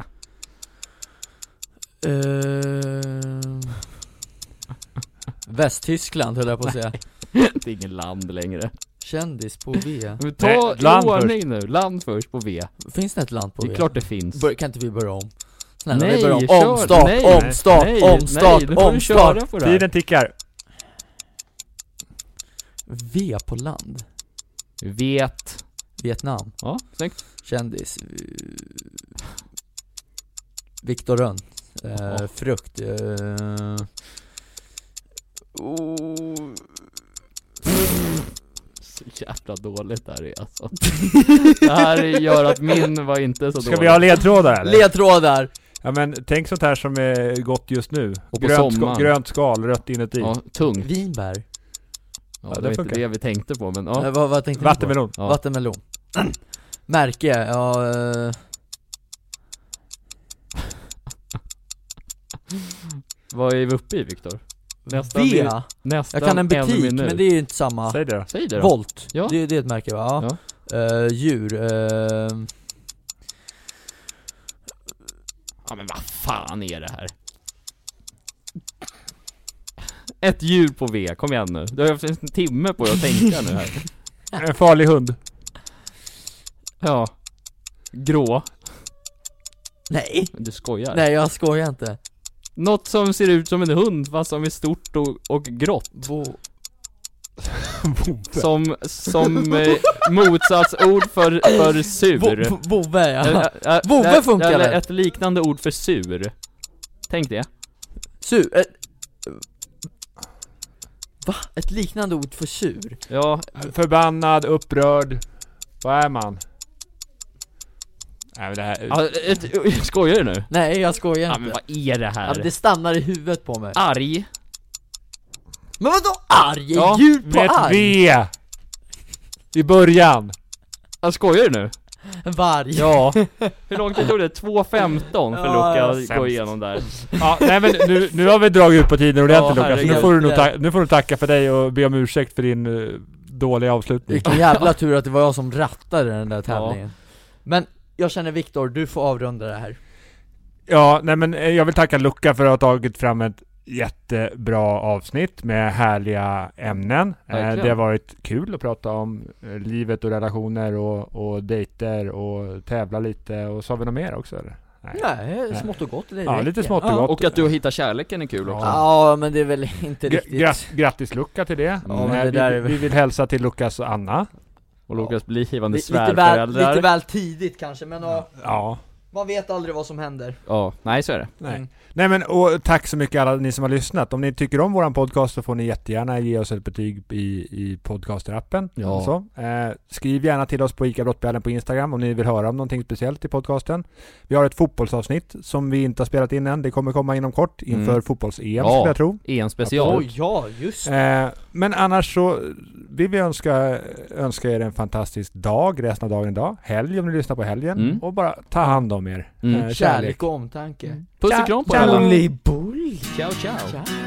Västtyskland höll jag på att säga. Det är ingen land längre. Kändis på V. Men ta Nej, land ordning nu, land först på V. Finns det ett land på Det V? är klart det finns. Kan inte vi börja om? Snälla, Nej, vi börjar om. kör. Omstart, Nej, omstart, nej, omstart, nej, nu får du köra omstart. på det här. Tiden tickar. V på land. Vet. Vietnam. Ja, snyggt. Kändis. Viktor Rönn. Jaha. Frukt. Så jävla dåligt där är alltså. Det här gör att min var inte så Ska dålig. vi ha ledtrådar eller? Ledtrådar. Ja, men tänk sånt här som är gott just nu. Och på sommaren. Grönt skal, rött inuti. Ja, tungt. Vinbär. Ja, det det var inte funkar. det vi tänkte på, men ja. Vad tänkte ni på? Vattenmelon. Ja. Vattenmelon. Märke, ja. Vad är vi uppe i, Viktor? V. Nästan Jag kan en butik, minut. men det är ju inte samma. Säg det då. Säg det då. Volt. Ja. Det är ett märke, va? Ja. Djur. Ja, men vad fan är det här? Ett djur på V, kom igen nu. Du har haft en timme på dig att tänka nu här. En farlig hund. Ja. Grå. Nej. Du skojar. Nej, jag skojar inte. Något som ser ut som en hund fast som är stort och grått. Som motsatsord för sur. Bove, ja. Bove funkar eller väl? ett liknande ord för sur. Tänk det. Sur. Va? Ett liknande ord för sur? Ja, Förbannad, upprörd. Vad är man? Nej, men det här... ja skojar du nu? Nej, jag skojar Ja, inte. men vad är det här? Ja, det stannar i huvudet på mig. Arg. Men vadå arg? Ja, Djur på Med ett arg? V! I början. Ja, skojar du nu? En varg. Ja. Hur långt tog det? 2.15 för Ja, Luca att gå sämst. igenom där. Ja, nej men nu har vi dragit ut på tiden ordentligt, Ja, Lukas. Så nu herregud. får du nog nu får du tacka för dig och be om ursäkt för din dåliga avslutning. Vilken jävla tur att det var jag som rattade den där tävlingen. Men jag känner Viktor, du får avrunda det här. Ja, nej men jag vill tacka Luca för att ha tagit fram ett jättebra avsnitt med härliga ämnen. Verkligen. Det har varit kul att prata om livet och relationer och dejter och tävla lite. Och så har vi något mer också eller? Nej, smått och gott. Det Ja, räcker. lite smått och gott. Och att du har hittat kärleken är kul också. Ja, men det är väl inte riktigt. Grattis Luca till det. Ja, men det där är väl- vi vill hälsa till Lukas och Anna. Och Lukas blivande lite svärföräldrar. lite väl tidigt kanske, men Ja. man vet aldrig vad som händer. Ja, nej så är det. Nej. Mm. Nej men, och tack så mycket alla ni som har lyssnat. Om ni tycker om våran podcast så får ni jättegärna ge oss ett betyg i podcaster-appen. Ja. Så, skriv gärna till oss på ICA Brottbjörnen på Instagram om ni vill höra om någonting speciellt i podcasten. Vi har ett fotbollsavsnitt som vi inte har spelat in än. Det kommer komma inom kort inför fotbolls-EM skulle jag tro. En special. Oj, ja, just Men annars så vill vi önska er en fantastisk dag, resten av dagen idag. Helg om ni lyssnar på helgen. Mm. Och bara ta hand om er. Mm. kärlek och omtanke. Puss och kram på Ciao. alla. Bully bull. Ciao, ciao. Ciao.